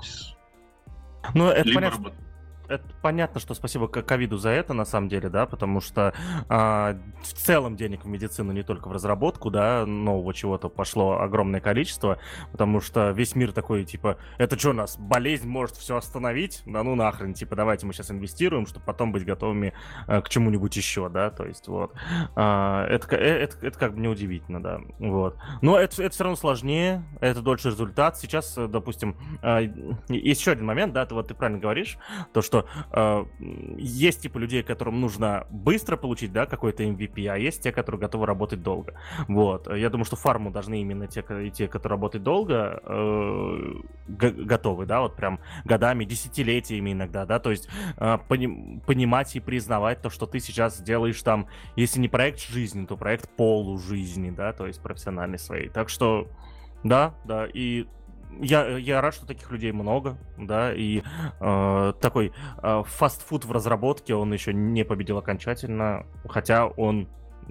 Ну, это либо понятно. работ... Это понятно, что спасибо ковиду за это, на самом деле, да, потому что а, в целом денег в медицину, не только в разработку, да, нового чего-то пошло огромное количество, потому что весь мир такой, типа, это что, нас болезнь может все остановить? Да ну нахрен, типа, давайте мы сейчас инвестируем, чтобы потом быть готовыми а, к чему-нибудь еще, да, то есть вот. А, это, это, это как бы неудивительно, да, вот. Но это, это все равно сложнее, это дольше результат. Сейчас, допустим, а, есть еще один момент, да, ты, вот ты правильно говоришь, то, что что э, есть типа людей, которым нужно быстро получить, да, какой-то эм ви пи, а есть те, которые готовы работать долго. Вот. Я думаю, что в фарму должны именно те, и те, которые работают долго, э, г- готовы, да, вот прям годами, десятилетиями иногда, да, то есть э, пони- понимать и признавать то, что ты сейчас делаешь там, если не проект жизни, то проект полужизни, да, то есть профессиональный своей. Так что, да, да, и Я, я рад, что таких людей много, да, и э, такой э, фастфуд в разработке, он еще не победил окончательно, хотя он,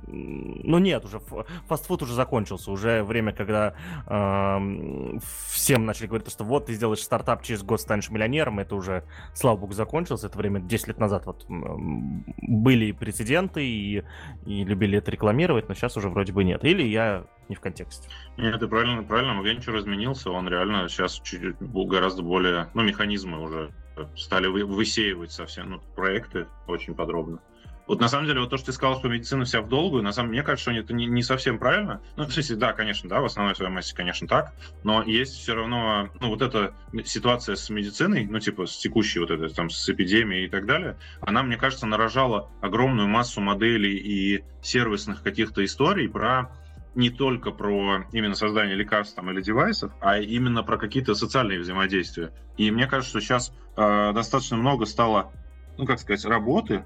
ну нет, уже фастфуд уже закончился, уже время, когда э, всем начали говорить, что вот ты сделаешь стартап, через год станешь миллионером, это уже, слава богу, закончилось, это время десять лет назад вот были прецеденты и, и любили это рекламировать, но сейчас уже вроде бы нет, или я не в контексте. Нет, ты правильно, правильно, Венчур изменился, он реально сейчас чуть, гораздо более, ну, механизмы уже стали вы, высеивать совсем, ну, проекты очень подробно. Вот на самом деле, вот то, что ты сказал, что медицина вся в долгую, на самом деле, мне кажется, что это не, не совсем правильно. Ну, в смысле, да, конечно, да, в основной своей массе, конечно, так, но есть все равно, ну, вот эта ситуация с медициной, ну, типа, с текущей вот этой, там, с эпидемией и так далее, она, мне кажется, нарожала огромную массу моделей и сервисных каких-то историй про не только про именно создание лекарств там, или девайсов, а именно про какие-то социальные взаимодействия. И мне кажется, что сейчас э, достаточно много стало, ну, как сказать, работы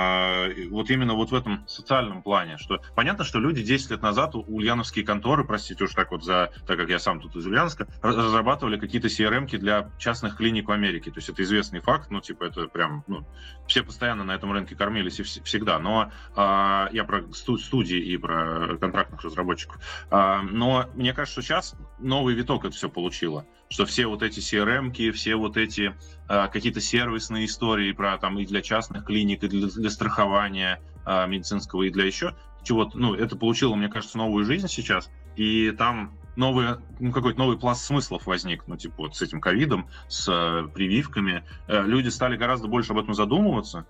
э, вот именно вот в этом социальном плане. Что понятно, что люди десять лет назад, ульяновские конторы, простите уж так вот, за, так как я сам тут из Ульяновска, разрабатывали какие-то си эр эм-ки для частных клиник в Америке. То есть это известный факт, ну, типа, это прям, ну, все постоянно на этом рынке кормились и вс- всегда. Но э, я про сту- студии и про контрактных разработчиков. Э, но мне кажется, что сейчас новый виток это все получило. Что все вот эти си эр эм-ки, все вот эти э, какие-то сервисные истории про там и для частных клиник, и для, для страхования э, медицинского, и для еще чего-то, ну, это получило, мне кажется, новую жизнь сейчас, и там новый, ну, какой-то новый пласт смыслов возник, ну, типа вот с этим ковидом, с э, прививками, э, люди стали гораздо больше об этом задумываться.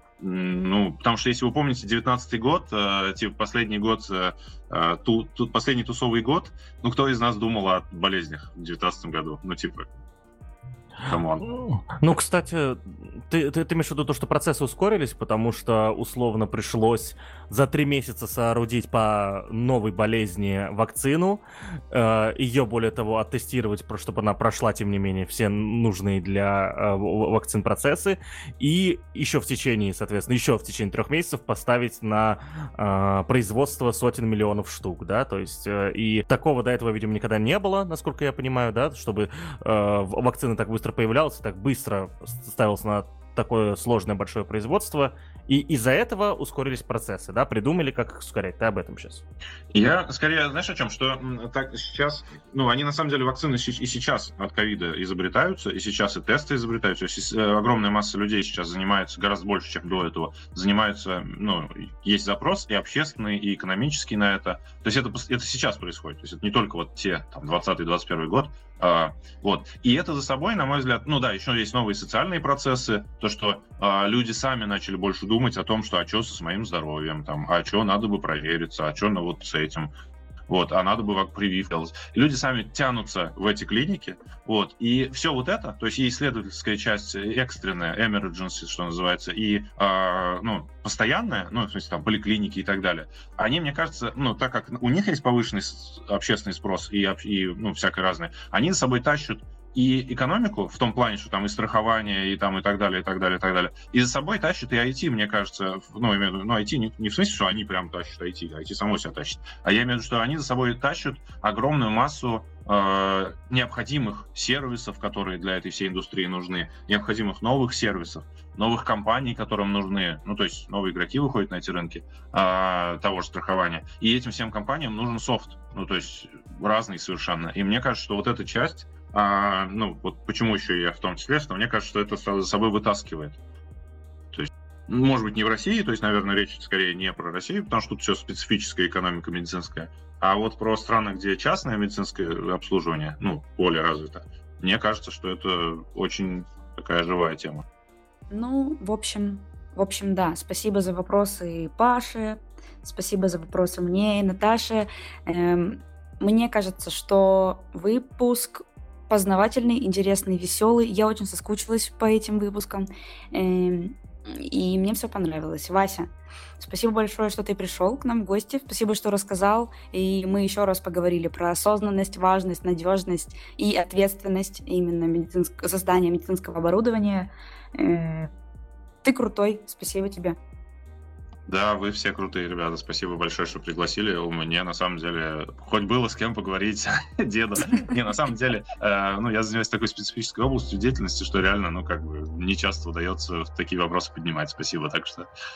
Ну, потому что, если вы помните, девятнадцатый год, э, типа последний год, э, ту, ту, последний тусовый год, ну, кто из нас думал о болезнях в девятнадцатом году? Ну, типа... камон. Ну, кстати, ты, ты, ты имеешь в виду то, что процессы ускорились, потому что условно пришлось за три месяца соорудить по новой болезни вакцину, э, ее, более того, оттестировать, чтобы она прошла, тем не менее, все нужные для э, вакцин процессы, и еще в течение, соответственно, еще в течение трех месяцев поставить на э, производство сотен миллионов штук, да, то есть, э, и такого до этого, видимо, никогда не было, насколько я понимаю, да, чтобы э, вакцина так быстро появлялась, так быстро ставилась на такое сложное большое производство, и из-за этого ускорились процессы, да, придумали, как их ускорять. Ты об этом сейчас? Я скорее, знаешь, о чем, что так сейчас, ну, они на самом деле вакцины и сейчас от ковида изобретаются, и сейчас и тесты изобретаются, то есть огромная масса людей сейчас занимается, гораздо больше, чем до этого, занимаются, ну, есть запрос и общественный, и экономический на это, то есть это, это сейчас происходит, то есть это не только вот те, там, двадцатый-двадцать первый год, а, вот, и это за собой, на мой взгляд, ну да, еще есть новые социальные процессы, то, что а, люди сами начали больше думать о том, что а что с моим здоровьем, там, а что надо бы провериться, а что ну, вот с этим, вот, а надо бы прививку делать. Люди сами тянутся в эти клиники, вот, и все вот это, то есть и исследовательская часть экстренная, emergency, что называется, и, э, ну, постоянная, ну, в смысле, там, поликлиники и так далее, они, мне кажется, ну, так как у них есть повышенный общественный спрос и, и ну, всякое разное, они за собой тащат и экономику в том плане, что там и страхование, и там и так далее, и так далее, и так далее. И за собой тащит и ай ти, мне кажется, ну, имею в виду, ну, ай ти не, не в смысле, что они прям тащат ай ти, ай ти само себя тащит, а я имею в виду, что они за собой тащат огромную массу э, необходимых сервисов, которые для этой всей индустрии нужны, необходимых новых сервисов, новых компаний, которым нужны, ну, то есть новые игроки выходят на эти рынки э, того же страхования, и этим всем компаниям нужен софт, ну, то есть разный совершенно. И мне кажется, что вот эта часть, А, ну, вот почему еще я в том числе, что мне кажется, что это за собой вытаскивает. То есть, может быть, не в России, то есть, наверное, речь скорее не про Россию, потому что тут все специфическая экономика медицинская, а вот про страны, где частное медицинское обслуживание, ну, более развито, мне кажется, что это очень такая живая тема. Ну, в общем, в общем, да, спасибо за вопросы Паше, спасибо за вопросы мне и Наташе. Эм, мне кажется, что выпуск познавательный, интересный, веселый. Я очень соскучилась по этим выпускам. Эм, и мне все понравилось. Вася, спасибо большое, что ты пришел к нам в гости. Спасибо, что рассказал. И мы еще раз поговорили про осознанность, важность, надежность и ответственность именно медицинск... создания медицинского оборудования. Э, ты крутой. Спасибо тебе. Да, вы все крутые ребята, спасибо большое, что пригласили. У меня, на самом деле, хоть было с кем поговорить, деда. Не, на самом деле, э, ну, я занимаюсь такой специфической областью деятельности, что реально, ну, как бы, не часто удается такие вопросы поднимать. Спасибо, так что